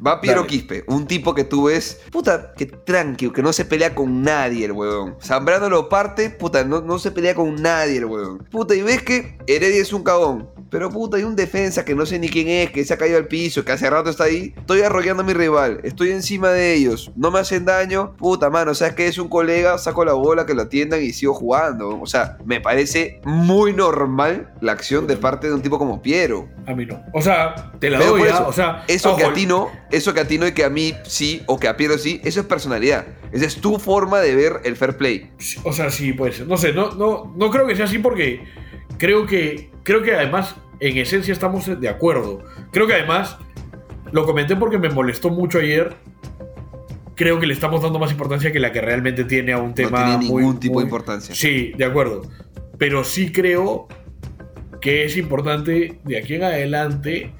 Va Piero Dale. Quispe, un tipo que tú ves, puta, que tranquilo, que no se pelea con nadie el huevón. Zambrano lo parte, puta, no, no se pelea con nadie el huevón. Puta, y ves que Heredia es un cagón. Pero puta, hay un defensa que no sé ni quién es, que se ha caído al piso, que hace rato está ahí. Estoy arrollando a mi rival, estoy encima de ellos, no me hacen daño. Puta, mano, ¿sabes qué? Es un colega, saco la bola, que lo atiendan y sigo jugando. O sea, me parece muy normal la acción de parte de un tipo como Piero. A mí no. O sea, te la Pero doy, por ¿ah? eso, O sea, eso ojo, que a ti no, eso que a ti no y que a mí sí, o que a Piero sí, eso es personalidad. Esa es tu forma de ver el fair play. O sea, sí, pues, no sé, no, no, no creo que sea así porque creo que, creo que además, en esencia estamos de acuerdo. Creo que además, lo comenté porque me molestó mucho ayer. Creo que le estamos dando más importancia que la que realmente tiene a un tema. No tiene ningún muy, tipo muy, de importancia. Sí, de acuerdo. Pero sí creo que es importante de aquí en adelante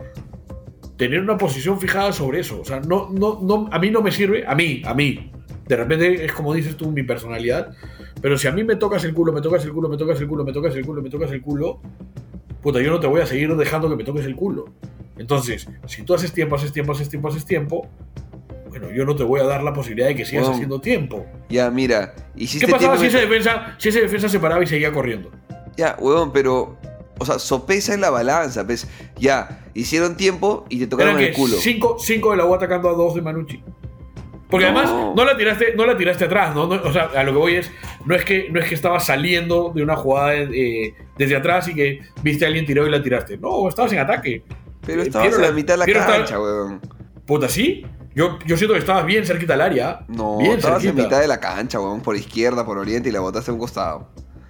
tener una posición fijada sobre eso. O sea, no, no, no, a mí no me sirve, a mí, a mí. De repente es como dices tú, mi personalidad. Pero si a mí me tocas el culo, me tocas el culo, me tocas el culo, me tocas el culo, me tocas el culo, puta, yo no te voy a seguir dejando que me toques el culo. Entonces, si tú haces tiempo, haces tiempo, haces tiempo, haces tiempo, bueno, yo no te voy a dar la posibilidad de que sigas Wow. haciendo tiempo. Ya, mira, hiciste ¿Qué pasaba tiempo si en- ese defensa, si ese defensa se paraba y seguía corriendo? Ya, huevón, pero... O sea, sopesa en la balanza, pues. Ya, hicieron tiempo y te tocaron Eran el que culo. cinco, cinco de la U atacando a dos de Manucci. Porque No. además no la tiraste, no la tiraste atrás, ¿no? No, o sea, a lo que voy es, no es que, no es que estabas saliendo de una jugada eh, desde atrás y que viste a alguien tirado y la tiraste. No, estabas en ataque. Pero Eh, estabas Piero en la la- mitad de la Piero estaba- cancha, huevón. Puta, ¿sí? Yo, yo siento que estabas bien cerquita al área. No, bien estabas cerquita. en mitad de la cancha, huevón, por izquierda, por oriente y la botaste a un costado.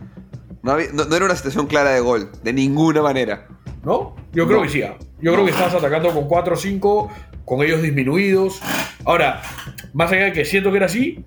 No, había- no- no era una situación clara de gol, de ninguna manera. ¿No? Yo creo No. que sí. ¿ah? Yo creo que estabas atacando con cuatro o cinco, con ellos disminuidos. Ahora, más allá de que siento que era así,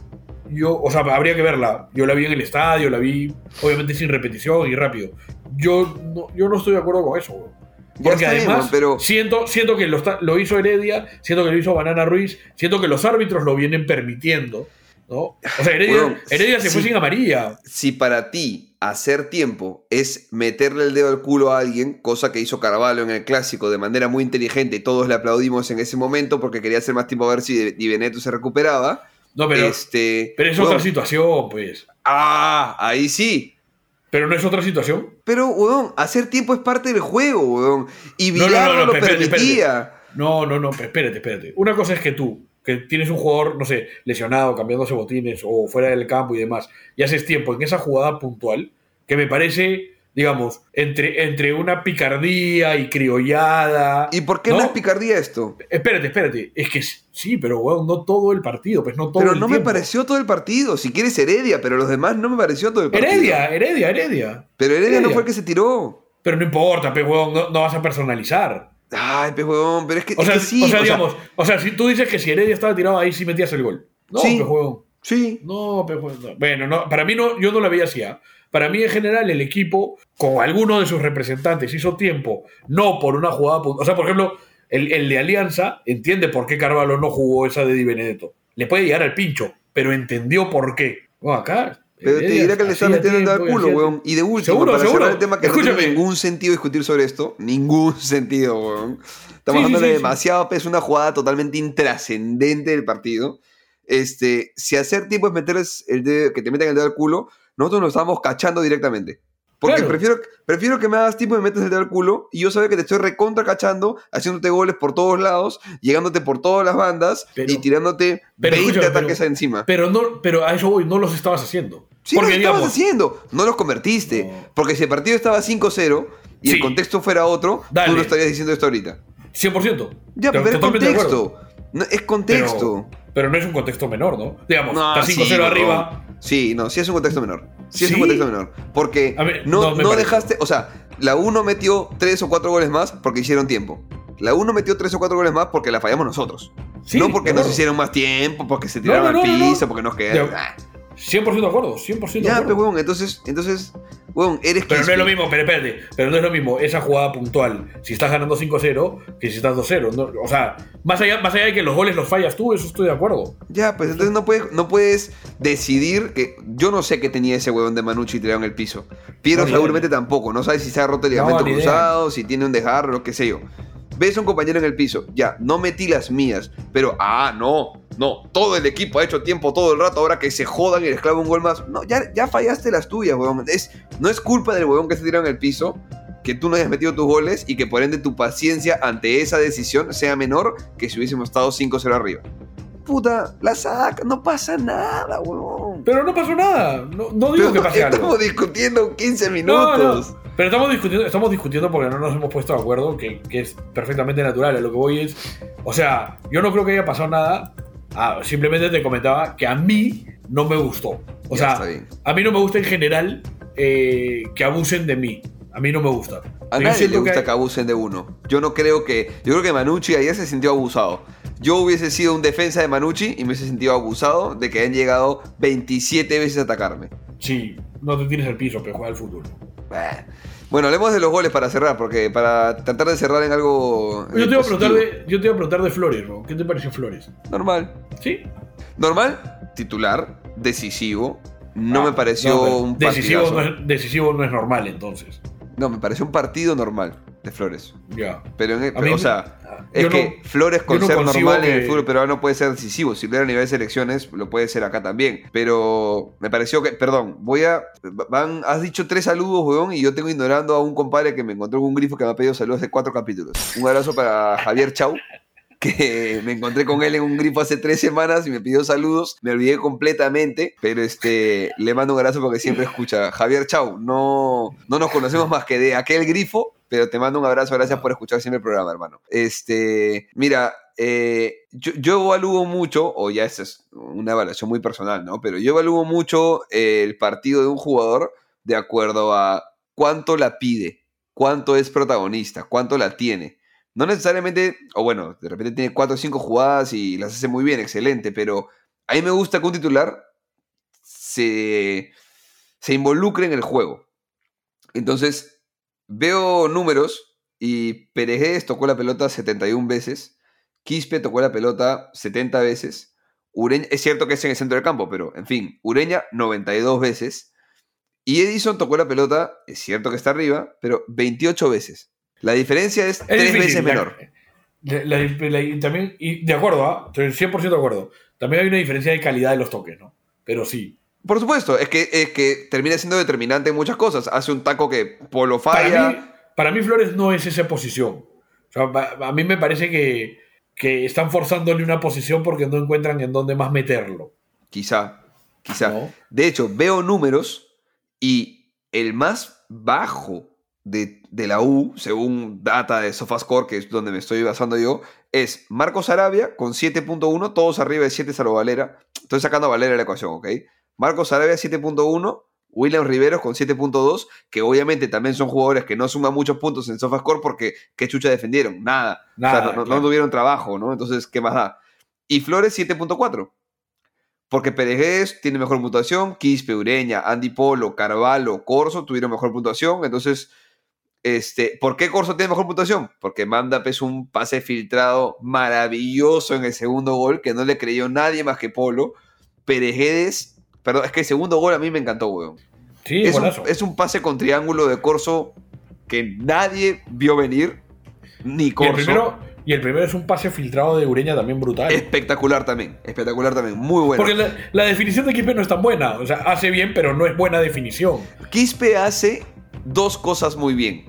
yo, o sea, habría que verla. Yo la vi en el estadio, la vi, obviamente sin repetición y rápido. Yo no, yo no estoy de acuerdo con eso, güey. Ya Porque está bien, además, man, pero- siento, siento que lo, está- lo hizo Heredia, siento que lo hizo Banana Ruiz, siento que los árbitros lo vienen permitiendo, ¿no? O sea, Heredia, Weón, Heredia se fue sí. sin amarilla. Si para ti hacer tiempo es meterle el dedo al culo a alguien, cosa que hizo Carvalho en el Clásico de manera muy inteligente y todos le aplaudimos en ese momento porque quería hacer más tiempo a ver si Di Benedetto se recuperaba. No, pero, este, pero es weón, otra situación, pues. Ah, ahí sí. Pero no es otra situación. Pero, weón, hacer tiempo es parte del juego, weón. Y No, no, Vilar no, no, no, lo espérate, permitía. No, no, no, espérate, espérate. Una cosa es que tú, que tienes un jugador, no sé, lesionado, cambiándose botines o fuera del campo y demás, y haces tiempo en esa jugada puntual, que me parece, digamos, entre, entre una picardía y criollada. ¿Y por qué ¿no? no es picardía esto? Espérate, espérate. Es que sí, pero weón, no todo el partido, pues no todo Pero el no me tiempo. pareció todo el partido. Si quieres Heredia, pero los demás no me pareció todo el partido. Heredia, Heredia, Heredia. Pero Heredia, Heredia. no fue el que se tiró. Pero no importa, pues, weón, no, no vas a personalizar. Ay, pues, weón, pero es que, O es sea, que sí. o sea, digamos, o sea, si tú dices que si Heredia estaba tirado ahí sí metías el gol. No, Sí. pues, weón. Sí. No, pero pues, no. Bueno, no, para mí no, yo no la veía así. ¿ah? Para mí, en general, el equipo, con alguno de sus representantes, hizo tiempo, no por una jugada. O sea, por ejemplo, el, el de Alianza entiende por qué Carvalho no jugó esa de Di Benedetto. Le puede llegar al pincho, pero entendió por qué. No, acá. Pero te Heredia dirá que le está hacía metiendo el dedo al tiempo y culo, hacía weón. Y de último, Seguro, para seguro. cerrar el tema que Escúchame. no tiene ningún sentido discutir sobre esto. Ningún sentido, weón. Estamos Sí, sí, dándole sí, sí. demasiado peso a una jugada totalmente intrascendente del partido. Este, si hacer tiempo es meterles el dedo, que te metan el dedo al culo, nosotros nos estamos cachando directamente. Porque Claro. prefiero, prefiero que me hagas tiempo y me metes el dedo al culo y yo saber que te estoy recontra cachando, haciéndote goles por todos lados, llegándote por todas las bandas Pero- y tirándote pero veinte escúchame, ataques pero- encima. Pero, no, pero a eso voy, no los estabas haciendo. Sí, Porque, lo estabas digamos, haciendo, no los convertiste. No. Porque si el partido estaba cinco cero y Sí. el contexto fuera otro, Dale. tú no estarías diciendo esto ahorita. cien por ciento. Ya, Te- pero es totalmente de acuerdo. contexto. No, es contexto. Pero, pero no es un contexto menor, ¿no? Digamos, No, está cinco cero sí, arriba. no. Sí, no, sí es un contexto menor. Sí es ¿Sí? un contexto menor. Porque A ver, no, no me no parece. dejaste. O sea, la uno metió tres o cuatro goles más porque hicieron tiempo. La uno metió tres o cuatro goles más porque la fallamos nosotros. Sí, no porque de nos acuerdo. hicieron más tiempo, porque se tiraron No, no, al no, no, piso, no. porque nos quedaron. De- Ah. cien por ciento de acuerdo, cien por ciento de Ya, acuerdo. pero weón, entonces, entonces, weón, eres Pero no Quispe. es lo mismo, pero espérate, pero no es lo mismo esa jugada puntual si estás ganando cinco cero que si estás dos cero. No, o sea, más allá, más allá de que los goles los fallas tú, eso estoy de acuerdo. Ya, pues entonces no puedes, no puedes decidir que. Yo no sé qué tenía ese huevón de Manucci tirado en el piso. Piero No, ni seguramente tampoco. No sabes si se ha roto el No, ligamento ni idea. cruzado, si tiene un desgarro, lo que sé yo. ves a un compañero en el piso, ya, no metí las mías, pero, ah, no, no, todo el equipo ha hecho tiempo todo el rato, ahora que se jodan y les clava un gol más. No, ya, ya fallaste las tuyas, weón. Es, no es culpa del weón que se tiró en el piso que tú no hayas metido tus goles y que por ende tu paciencia ante esa decisión sea menor que si hubiésemos estado cinco cero arriba. Puta, la saca, no pasa nada, weón. Pero no pasó nada, no, no digo Pero que pase algo. Estamos discutiendo quince minutos. No, no. Pero estamos discutiendo, estamos discutiendo porque no nos hemos puesto de acuerdo, que, que es perfectamente natural. A lo que voy es, o sea, yo no creo que haya pasado nada. Ah, simplemente te comentaba que a mí no me gustó. O Ya, sea, a mí no me gusta en general eh, que abusen de mí. A mí no me gusta. A Yo nadie siento le gusta que, hay... que abusen de uno. Yo no creo que... Yo creo que Manucci ayer se sintió abusado. Yo hubiese sido un defensa de Manucci y me hubiese sentido abusado de que hayan llegado veintisiete veces a atacarme. Sí, no te tienes el piso, pero juega al fútbol. Bueno, hablemos de los goles para cerrar, porque para tratar de cerrar en algo Yo eh, te, iba a preguntar positivo. de, yo te iba a preguntar de Flores, ¿no? ¿Qué te pareció Flores? Normal. ¿Sí? Normal, titular, decisivo. No Ah, me pareció no, pero un decisivo partidazo. no, es, decisivo no es normal, entonces. No, me pareció un partido normal de Flores. Ya. Pero, en el, A mí- o sea, es yo que no- Flores con yo no ser concibo normal en el que- fútbol peruano puede ser decisivo. Si lo era a nivel de selecciones, lo puede ser acá también. Pero me pareció que, perdón, voy a... Van, has dicho tres saludos, weón, y yo tengo ignorando a un compadre que me encontró con un grifo que me ha pedido saludos de cuatro capítulos. Un abrazo para Javier Chau, que me encontré con él en un grifo hace tres semanas y me pidió saludos. Me olvidé completamente, pero este le mando un abrazo porque siempre escucha. Javier Chau, no, no nos conocemos más que de aquel grifo, pero te mando un abrazo, gracias por escuchar siempre el programa, hermano. Este, mira, eh, yo, yo evalúo mucho, o ya esta es una evaluación muy personal, ¿no? Pero yo evalúo mucho el partido de un jugador de acuerdo a cuánto la pide, cuánto es protagonista, cuánto la tiene. No necesariamente, o bueno, de repente tiene cuatro o cinco jugadas y las hace muy bien, excelente, pero a mí me gusta que un titular se, se involucre en el juego. Entonces, veo números y Peregués tocó la pelota setenta y una veces, Quispe tocó la pelota setenta veces, Ureña, es cierto que es en el centro del campo, pero en fin, Ureña noventa y dos veces, y Edison tocó la pelota, es cierto que está arriba, pero veintiocho veces. La diferencia es, Es tres difícil, veces la- menor. la- la- la- y también, y de acuerdo, ¿ah? Estoy cien por ciento de acuerdo. También hay una diferencia de calidad de los toques, ¿no? Pero sí. Por supuesto, es que, es que termina siendo determinante en muchas cosas. Hace un taco que Polo falla. Para mí, para mí Flores no es esa posición. O sea, a a mí me parece que, que están forzándole una posición porque no encuentran en dónde más meterlo. Quizá, quizá. No. De hecho, veo números y el más bajo de, de la U, según data de SofaScore, que es donde me estoy basando yo, es Marcos Arabia con siete punto uno, todos arriba de siete salvo Valera. Estoy sacando a Valera de la ecuación, ¿ok? Marcos Arabia siete punto uno, William Riveros con siete punto dos, que obviamente también son jugadores que no suman muchos puntos en SofaScore porque ¿qué chucha defendieron? Nada. Nada, o sea, no, no- claro. no tuvieron trabajo, ¿no? Entonces, ¿qué más da? Y Flores siete punto cuatro. Porque Peregués tiene mejor puntuación, Quispe, Ureña, Andy Polo, Carvalho, Corso tuvieron mejor puntuación. Entonces, este, ¿por qué Corso tiene mejor puntuación? Porque manda pues, un pase filtrado maravilloso en el segundo gol, que no le creyó nadie más que Polo. Peregués, perdón, es que el segundo gol a mí me encantó, weón. Sí, Es un, buenazo. es un pase con triángulo de Corso que nadie vio venir, ni y, el Corso. primero, y el primero es un pase filtrado de Ureña también brutal. Espectacular también, espectacular también, muy bueno. Porque la, la definición de Quispe no es tan buena. O sea, hace bien, pero no es buena definición. Quispe hace dos cosas muy bien.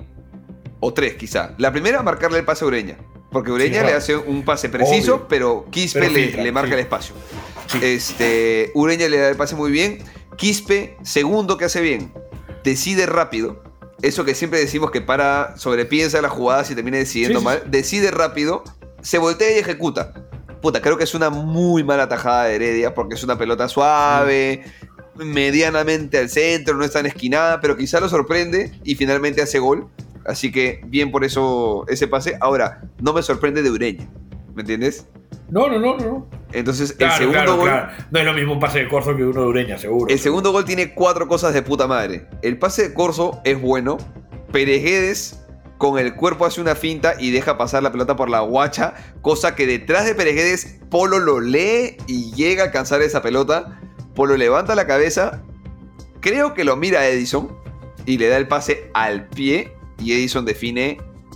O tres, quizá. La primera, marcarle el pase a Ureña. Porque Ureña Sí, claro. le hace un pase preciso, Obvio. pero Quispe Pero le, filtra, le marca sí. el espacio. Sí. Este, Ureña le da el pase muy bien. Quispe, segundo que hace bien, decide rápido. Eso que siempre decimos que para, sobrepiensa las jugadas y termina decidiendo Sí, sí, mal. Decide rápido, se voltea y ejecuta. Puta, creo que es una muy mala tajada de Heredia porque es una pelota suave, medianamente al centro, no es tan esquinada, pero quizá lo sorprende y finalmente hace gol. Así que bien por eso ese pase. Ahora, no me sorprende de Ureña, ¿me entiendes? No, no, no, no. Entonces, Claro, el segundo claro, gol... claro. No es lo mismo un pase de Corso que uno de Ureña, seguro. El segundo gol tiene cuatro cosas de puta madre. El pase de Corso es bueno. Pereguedes con el cuerpo hace una finta y deja pasar la pelota por la guacha, cosa que detrás de Pereguedes Polo lo lee y llega a alcanzar esa pelota. Polo levanta la cabeza, creo que lo mira a Edison y le da el pase al pie y Edison define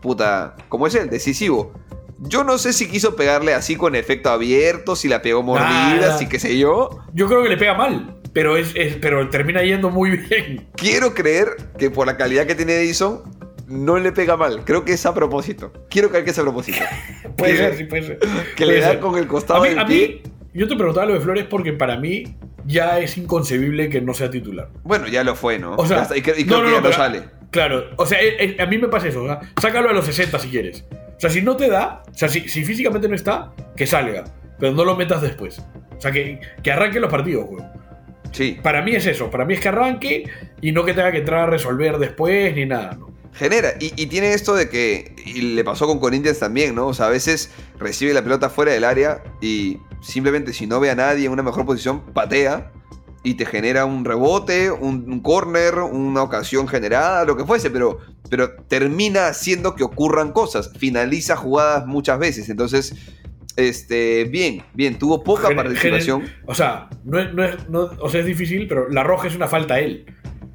puta, como es él, decisivo. Yo no sé si quiso pegarle así con efecto abierto, si la pegó mordida, si qué sé yo. Yo creo que le pega mal, pero, es, es, pero termina yendo muy bien. Quiero creer que por la calidad que tiene Edison, no le pega mal. Creo que es a propósito. Quiero creer que es a propósito. Puede que, ser, sí, puede ser. Que puede le da ser. con el costado a mí, del a pie. mí, yo te preguntaba lo de Flores porque para mí ya es inconcebible que no sea titular. Bueno, ya lo fue, ¿no? O sea, ya está, y, y creo no, no, que ya no, no pero, sale. Claro, o sea, eh, eh, a mí me pasa eso. O sea, sácalo a los sesenta si quieres. O sea, si no te da, o sea, si, si físicamente no está, que salga. Pero no lo metas después. O sea, que, que arranque los partidos, güey. Sí. Para mí es eso. Para mí es que arranque y no que tenga que entrar a resolver después ni nada, ¿no? Genera. Y, y tiene esto de que, y le pasó con Corinthians también, ¿no? O sea, a veces recibe la pelota fuera del área y simplemente si no ve a nadie en una mejor posición, patea y te genera un rebote, un, un córner, una ocasión generada, lo que fuese, pero, pero termina haciendo que ocurran cosas. Finaliza jugadas muchas veces. Entonces, este, bien, bien, tuvo poca Gen- participación. gen- o sea, no es, no es, no- o sea, es difícil, pero la roja es una falta a él.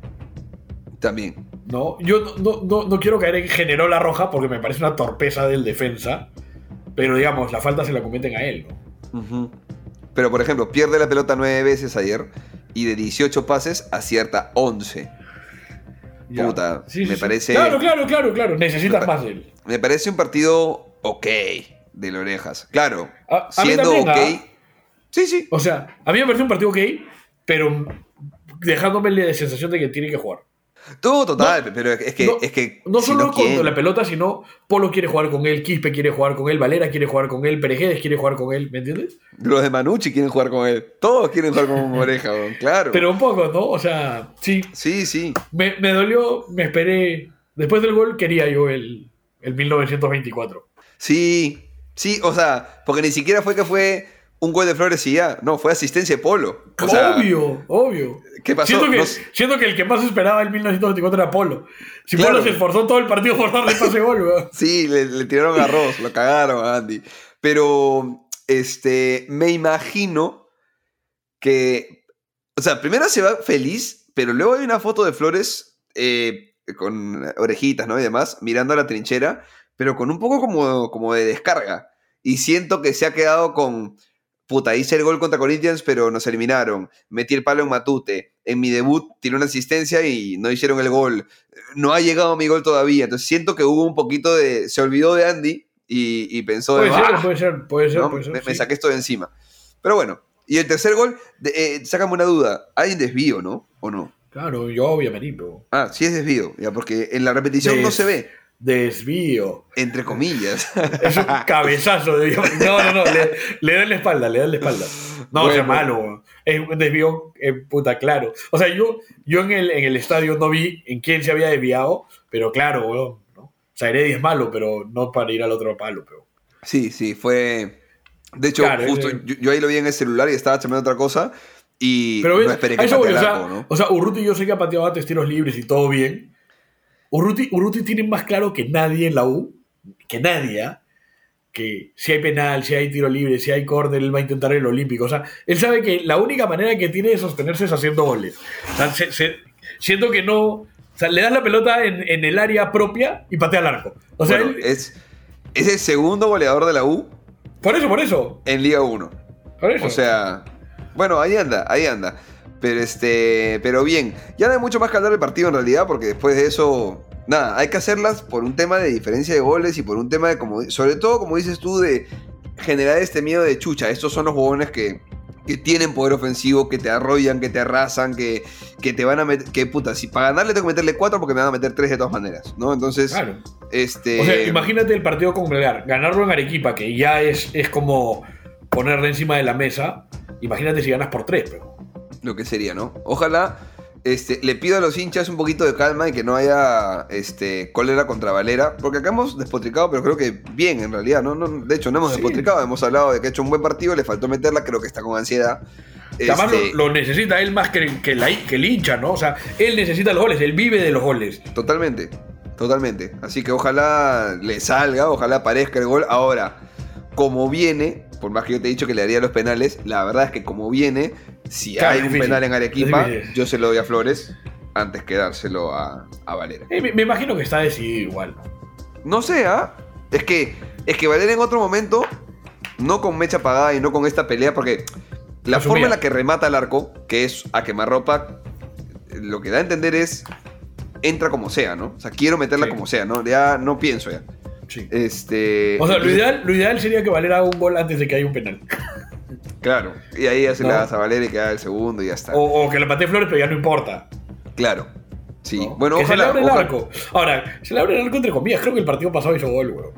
También. ¿No? Yo no, no, no, no quiero caer en generó la roja porque me parece una torpeza del defensa. Pero digamos, la falta se la cometen a él, ¿no? Uh-huh. Pero por ejemplo, pierde la pelota nueve veces ayer y de dieciocho pases acierta once. Ya. Puta, Sí, sí, me sí. parece. Claro, claro, claro, claro. Necesitas Me pa- más de él. Me parece un partido ok de Orejas. Claro, A- a mí siendo también, ok. ¿ah? Sí, sí. O sea, a mí me parece un partido ok, pero dejándome la sensación de que tiene que jugar. Todo total, No, pero es que. no, es que no si solo no con quiere- la pelota, sino Polo quiere jugar con él, Quispe quiere jugar con él, Valera quiere jugar con él, Perejedes quiere jugar con él, ¿me entiendes? Los de Manucci quieren jugar con él. Todos quieren jugar con Oreja, weón, claro. Pero un poco, ¿no? O sea, sí, Sí, sí. me, me dolió, me esperé. Después del gol quería yo el, el mil novecientos veinticuatro. Sí, sí, o sea, porque ni siquiera fue que fue un gol de Flores y ya. No, fue asistencia de Polo. O sea, Obvio, obvio. ¿qué pasó? Siento que, No sé. siento que el que más esperaba el mil novecientos veinticuatro era Polo. Si Claro. Polo se esforzó todo el partido por darle pase gol, weón. Sí, le, le tiraron arroz, lo cagaron a Andy. Pero, este, me imagino que, o sea, primero se va feliz, pero luego hay una foto de Flores eh, con orejitas, ¿no? Y demás, mirando a la trinchera, pero con un poco como, como de descarga. Y siento que se ha quedado con, puta, hice el gol contra Corinthians, pero nos eliminaron. Metí el palo en Matute. En mi debut tiré una asistencia y no hicieron el gol. No ha llegado mi gol todavía. Entonces siento que hubo un poquito de... Se olvidó de Andy y, y pensó... Puede de, ser, "Ah", puede ser, puede ser, ¿no? puede ser. me, me sí. saqué esto de encima. Pero bueno. Y el tercer gol, de, eh, sácame una duda. Hay un desvío, ¿no? ¿O no? Claro, yo obviamente, pero... Ah, sí es desvío. Ya, porque en la repetición Des- no se ve. Desvío. Entre comillas. Es un cabezazo de Dios. No, no, no. Le, le da en la espalda, le da en la espalda. No, Bueno. o sea, malo, weón. Es un desvío, eh, puta, claro. O sea, yo, yo en, el, en el estadio no vi en quién se había desviado, pero claro, weón, ¿no? O sea, Heredia es malo, pero no para ir al otro palo, pero... Sí, sí, fue... De hecho, Claro, justo eh. yo, yo ahí lo vi en el celular y estaba chambeando otra cosa y Pero no ves, esperé a que eso voy, patee o al sea, arco, ¿no? o sea, Urruti yo sé que ha pateado antes tiros libres y todo bien. Urruti, Urruti tiene más claro que nadie en la U, que nadie, ¿ah? Que si hay penal, si hay tiro libre, si hay córner, él va a intentar el olímpico. O sea, él sabe que la única manera que tiene de sostenerse es haciendo goles. O sea, se- se- siento que no... O sea, le das la pelota en, en el área propia y patea al arco. O sea, Bueno, él- es, es el segundo goleador de la U por eso, por eso. en Liga uno. Por eso. O sea, bueno, ahí anda, ahí anda. Pero este, pero bien, ya no hay mucho más que hablar del partido en realidad, porque después de eso, nada, hay que hacerlas por un tema de diferencia de goles y por un tema de, como, sobre todo, como dices tú, de generar este miedo de chucha. Estos son los jugadores que, que tienen poder ofensivo, que te arrollan, que te arrasan, que, que te van a meter, que puta, si para ganarle tengo que meterle cuatro porque me van a meter tres de todas maneras, ¿no? Entonces, Claro. este... O sea, imagínate el partido con Melgar, ganarlo en Arequipa, que ya es, es como ponerle encima de la mesa. Imagínate si ganas por tres, pero. Lo que sería, ¿no? Ojalá este, le pido a los hinchas un poquito de calma y que no haya este, cólera contra Valera, porque acá hemos despotricado, pero creo que bien en realidad, ¿no? no de hecho, no hemos Sí. despotricado, hemos hablado de que ha hecho un buen partido, le faltó meterla, creo que está con ansiedad. Además Este, lo, lo necesita él más que, que, la, que el hincha, ¿no? O sea, él necesita los goles, él vive de los goles. Totalmente, totalmente. Así que ojalá le salga, ojalá aparezca el gol. Ahora, como viene, por más que yo te he dicho que le haría los penales, la verdad es que como viene, si Claro, hay es un difícil, penal en Arequipa, es difícil. yo se lo doy a Flores antes que dárselo a, a Valera. Eh, me, me imagino que está decidido igual. No sé, ¿ah? Es que, es que Valera en otro momento, no con mecha apagada y no con esta pelea, porque la Asumía. forma en la que remata el arco, que es a quemarropa, lo que da a entender es, entra como sea, ¿no? O sea, quiero meterla Sí. como sea, ¿no? Ya no pienso ya. Sí. Este... O sea, lo ideal, lo ideal sería que Valera haga un gol antes de que haya un penal. Claro, y ahí ya se ¿No? la das a Valera y queda el segundo y ya está. O, o que le patee Flores, pero ya no importa. Claro. Sí, ¿No? bueno, que ojalá. se le abre el ojalá. arco. Ahora, se le abre el arco entre comillas. Creo que el partido pasado hizo gol, weón.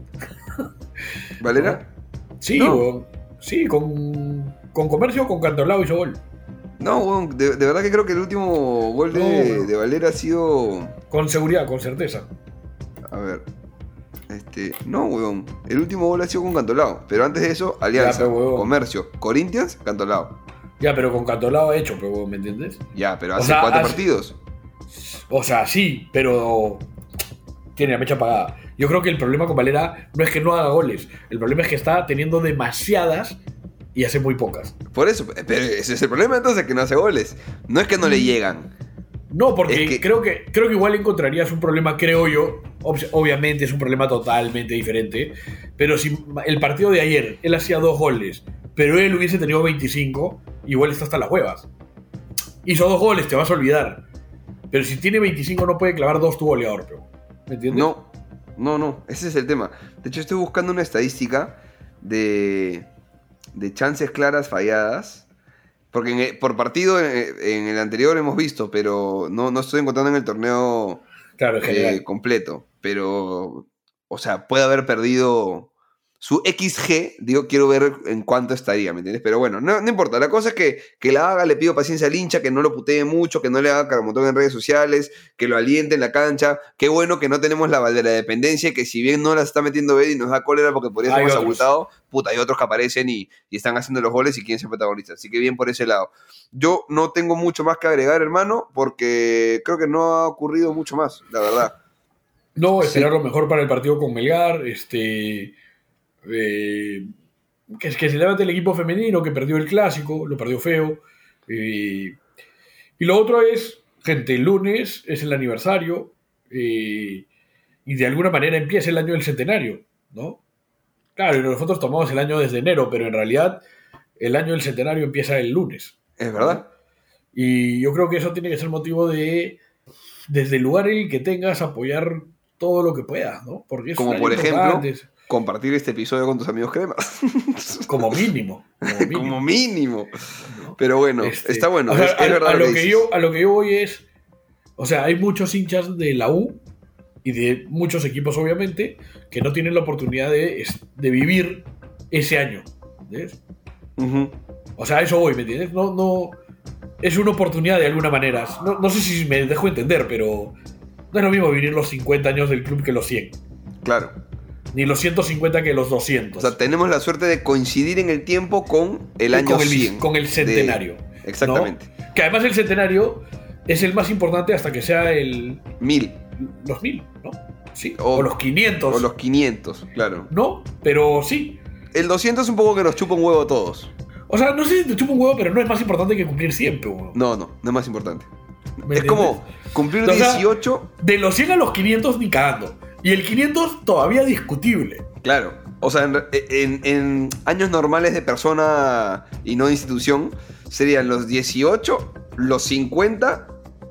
¿Valera? Sí, No. weón. Sí, con, con Comercio o con Cantolao hizo gol. No, weón, de, de verdad que creo que el último gol de, No, weón. de Valera ha sido... Con seguridad, con certeza. A ver. Este, no, weón. El último gol ha sido con Cantolao. Pero antes de eso, Alianza, Ya, pero, weón. Comercio, Corinthians, Cantolao. Ya, pero con Cantolao ha hecho, pero ¿me entiendes? Ya, pero O hace sea, cuatro hace- partidos. O sea, sí, pero tiene la mecha apagada. Yo creo que el problema con Valera no es que no haga goles. El problema es que está teniendo demasiadas y hace muy pocas. Por eso, pero ese es el problema entonces, que no hace goles. No es que no le llegan. No, porque Es que- creo que creo que igual encontrarías un problema, creo yo. Ob- Obviamente es un problema totalmente diferente. Pero si el partido de ayer él hacía dos goles, pero él hubiese tenido veinticinco, igual está hasta las huevas. Hizo dos goles, te vas a olvidar. Pero si tiene veinticinco no puede clavar dos tu goleador, pero, ¿me entiendes? No, no, no. Ese es el tema. De hecho, estoy buscando una estadística de, de chances claras falladas. Porque en el- por partido en, en el anterior hemos visto, pero no, no estoy encontrando en el torneo Claro, en general. eh, completo. Pero, o sea, puede haber perdido su equis ge. Digo, quiero ver en cuánto estaría, ¿me entiendes? Pero bueno, no, no importa. La cosa es que, que la haga, le pido paciencia al hincha, que no lo putee mucho, que no le haga carmotón en redes sociales, que lo aliente en la cancha. Qué bueno que no tenemos la Valera dependencia, que si bien no la está metiendo Bedi y nos da cólera porque por eso Hay hemos otros. abultado, puta, hay otros que aparecen y, y están haciendo los goles y quieren ser protagonistas. Así que bien por ese lado. Yo no tengo mucho más que agregar, hermano, porque creo que no ha ocurrido mucho más, la verdad. No, esperar Sí. lo mejor para el partido con Melgar. Este. eh, que, que se levante el equipo femenino que perdió el clásico, lo perdió feo. eh, y lo otro es, gente, el lunes es el aniversario. eh, y de alguna manera empieza el año del centenario, ¿no? Claro, y nosotros tomamos el año desde enero, pero en realidad el año del centenario empieza el lunes. Es verdad. Y yo creo que eso tiene que ser motivo de, desde el lugar en el que tengas, apoyar todo lo que puedas, ¿no? Porque es Como un año por ejemplo, importante, es- compartir este episodio con tus amigos cremas. como mínimo. Como mínimo. Como mínimo. ¿no? Pero bueno, Este, está bueno. o sea, es, es a, verdad a lo lo que que dices. yo, a lo que yo voy es, o sea, hay muchos hinchas de la U y de muchos equipos, obviamente, que no tienen la oportunidad de, de vivir ese año. ¿Ves? Ujú. O sea, a eso voy, ¿me entiendes? No, no, es una oportunidad de alguna manera. No, no sé si me dejo entender, pero no es lo mismo vivir los cincuenta años del club que los cien. Claro. Ni los ciento cincuenta que los O doscientos. sea, tenemos la suerte de coincidir en el tiempo con el año con el, cien. con el centenario. de- Exactamente. ¿no? Que además el centenario es el más importante hasta que sea el Mil. los mil, ¿no? Sí. O- O, los quinientos. O los quinientos, claro. No, pero sí. El doscientos es un poco que nos chupa un huevo a todos. O sea, no sé si te chupa un huevo, pero no es más importante que cumplir siempre, huevo. No, no, no es más importante. ¿Me Es como cumplir O sea, dieciocho, De los cien a los quinientos ni cagando. Y el quinientos todavía discutible. claro. O sea, en, en- en años normales de persona y no de institución, serían los dieciocho, los cincuenta,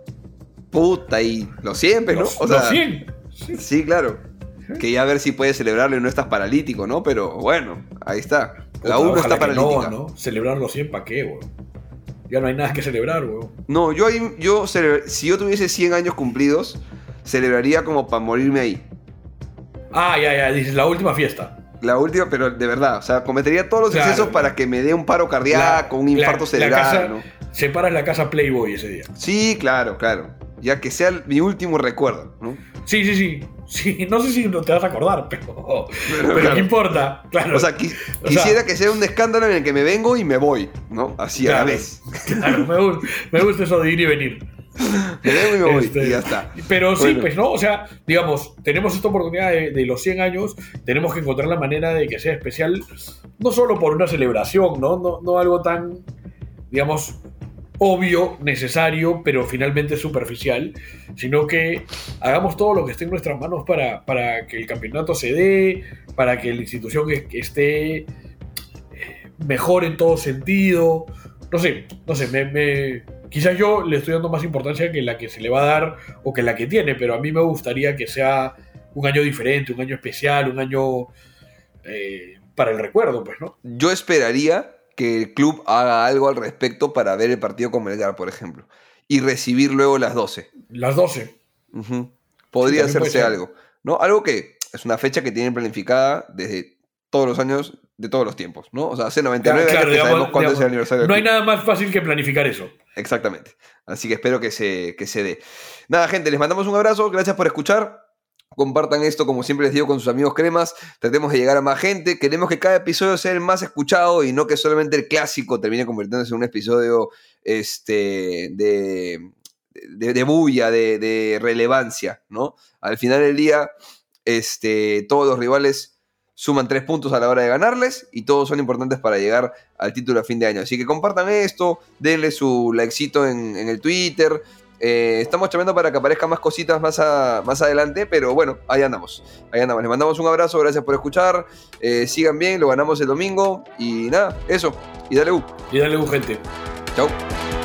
puta, y los cien, pues, ¿no? Los, O sea, los cien. Sí. sí, claro. Que ya a ver si puedes celebrarlo y no estás paralítico, ¿no? Pero bueno, ahí está. La Puta, uno ojalá está que paralítica. No, ¿no? Celebrar los cien, ¿para qué, weón? Ya no hay nada que celebrar, weón. No, yo ahí, yo celebra- si yo tuviese cien años cumplidos, celebraría como para morirme ahí. Ah, ya, ya, dices, la última fiesta. La última, pero de verdad, o sea, cometería todos los Claro. excesos para que me dé un paro cardíaco, un infarto la cerebral, casa- ¿no? Separas la casa Playboy ese día. Sí, claro, claro. Ya que sea el- mi último recuerdo, ¿no? Sí, sí, sí. Sí, no sé si no te vas a acordar, pero. Pero, claro. ¿qué importa? Claro. O sea, qui- O sea- quisiera que sea un escándalo en el que me vengo y me voy, ¿no? Así a la Claro. vez. Claro, me, gu- me gusta eso de ir y venir. Me vengo y me voy Este, y ya está. Pero sí, Bueno. pues, ¿no? O sea, digamos, tenemos esta oportunidad de, de los cien años, tenemos que encontrar la manera de que sea especial, no solo por una celebración, ¿no? No, no algo tan, digamos, obvio, necesario, pero finalmente superficial, sino que hagamos todo lo que esté en nuestras manos para, para que el campeonato se dé, para que la institución esté mejor en todo sentido. No sé, no sé, me, me, quizás yo le estoy dando más importancia que la que se le va a dar o que la que tiene, pero a mí me gustaría que sea un año diferente, un año especial, un año eh, para el recuerdo, pues, ¿no? Yo esperaría que el club haga algo al respecto para ver el partido con Melgar, por ejemplo, y recibir luego las doce. Las doce. Uh-huh. Podría Sí, hacerse puede algo, ¿no? Algo que es una fecha que tienen planificada desde todos los años, de todos los tiempos, ¿no? O sea, hace noventa y nueve claro, años que digamos, sabemos cuándo digamos, es el aniversario del no hay club. nada más fácil que planificar eso. Exactamente. Así que espero que se, que se dé. Nada, gente, les mandamos un abrazo. Gracias por escuchar. Compartan esto, como siempre les digo, con sus amigos cremas. Tratemos de llegar a más gente. Queremos que cada episodio sea el más escuchado y no que solamente el clásico termine convirtiéndose en un episodio este, de, de, de bulla, de, de relevancia, ¿no? Al final del día, este, todos los rivales suman tres puntos a la hora de ganarles y todos son importantes para llegar al título a fin de año. Así que compartan esto, denle su likecito en, en el Twitter. Eh, estamos chambeando para que aparezcan más cositas más, a, más adelante, pero bueno, ahí andamos. Ahí andamos. Les mandamos un abrazo, gracias por escuchar. Eh, sigan bien, lo ganamos el domingo. Y nada, eso. Y dale U. Y dale U, gente. Chau.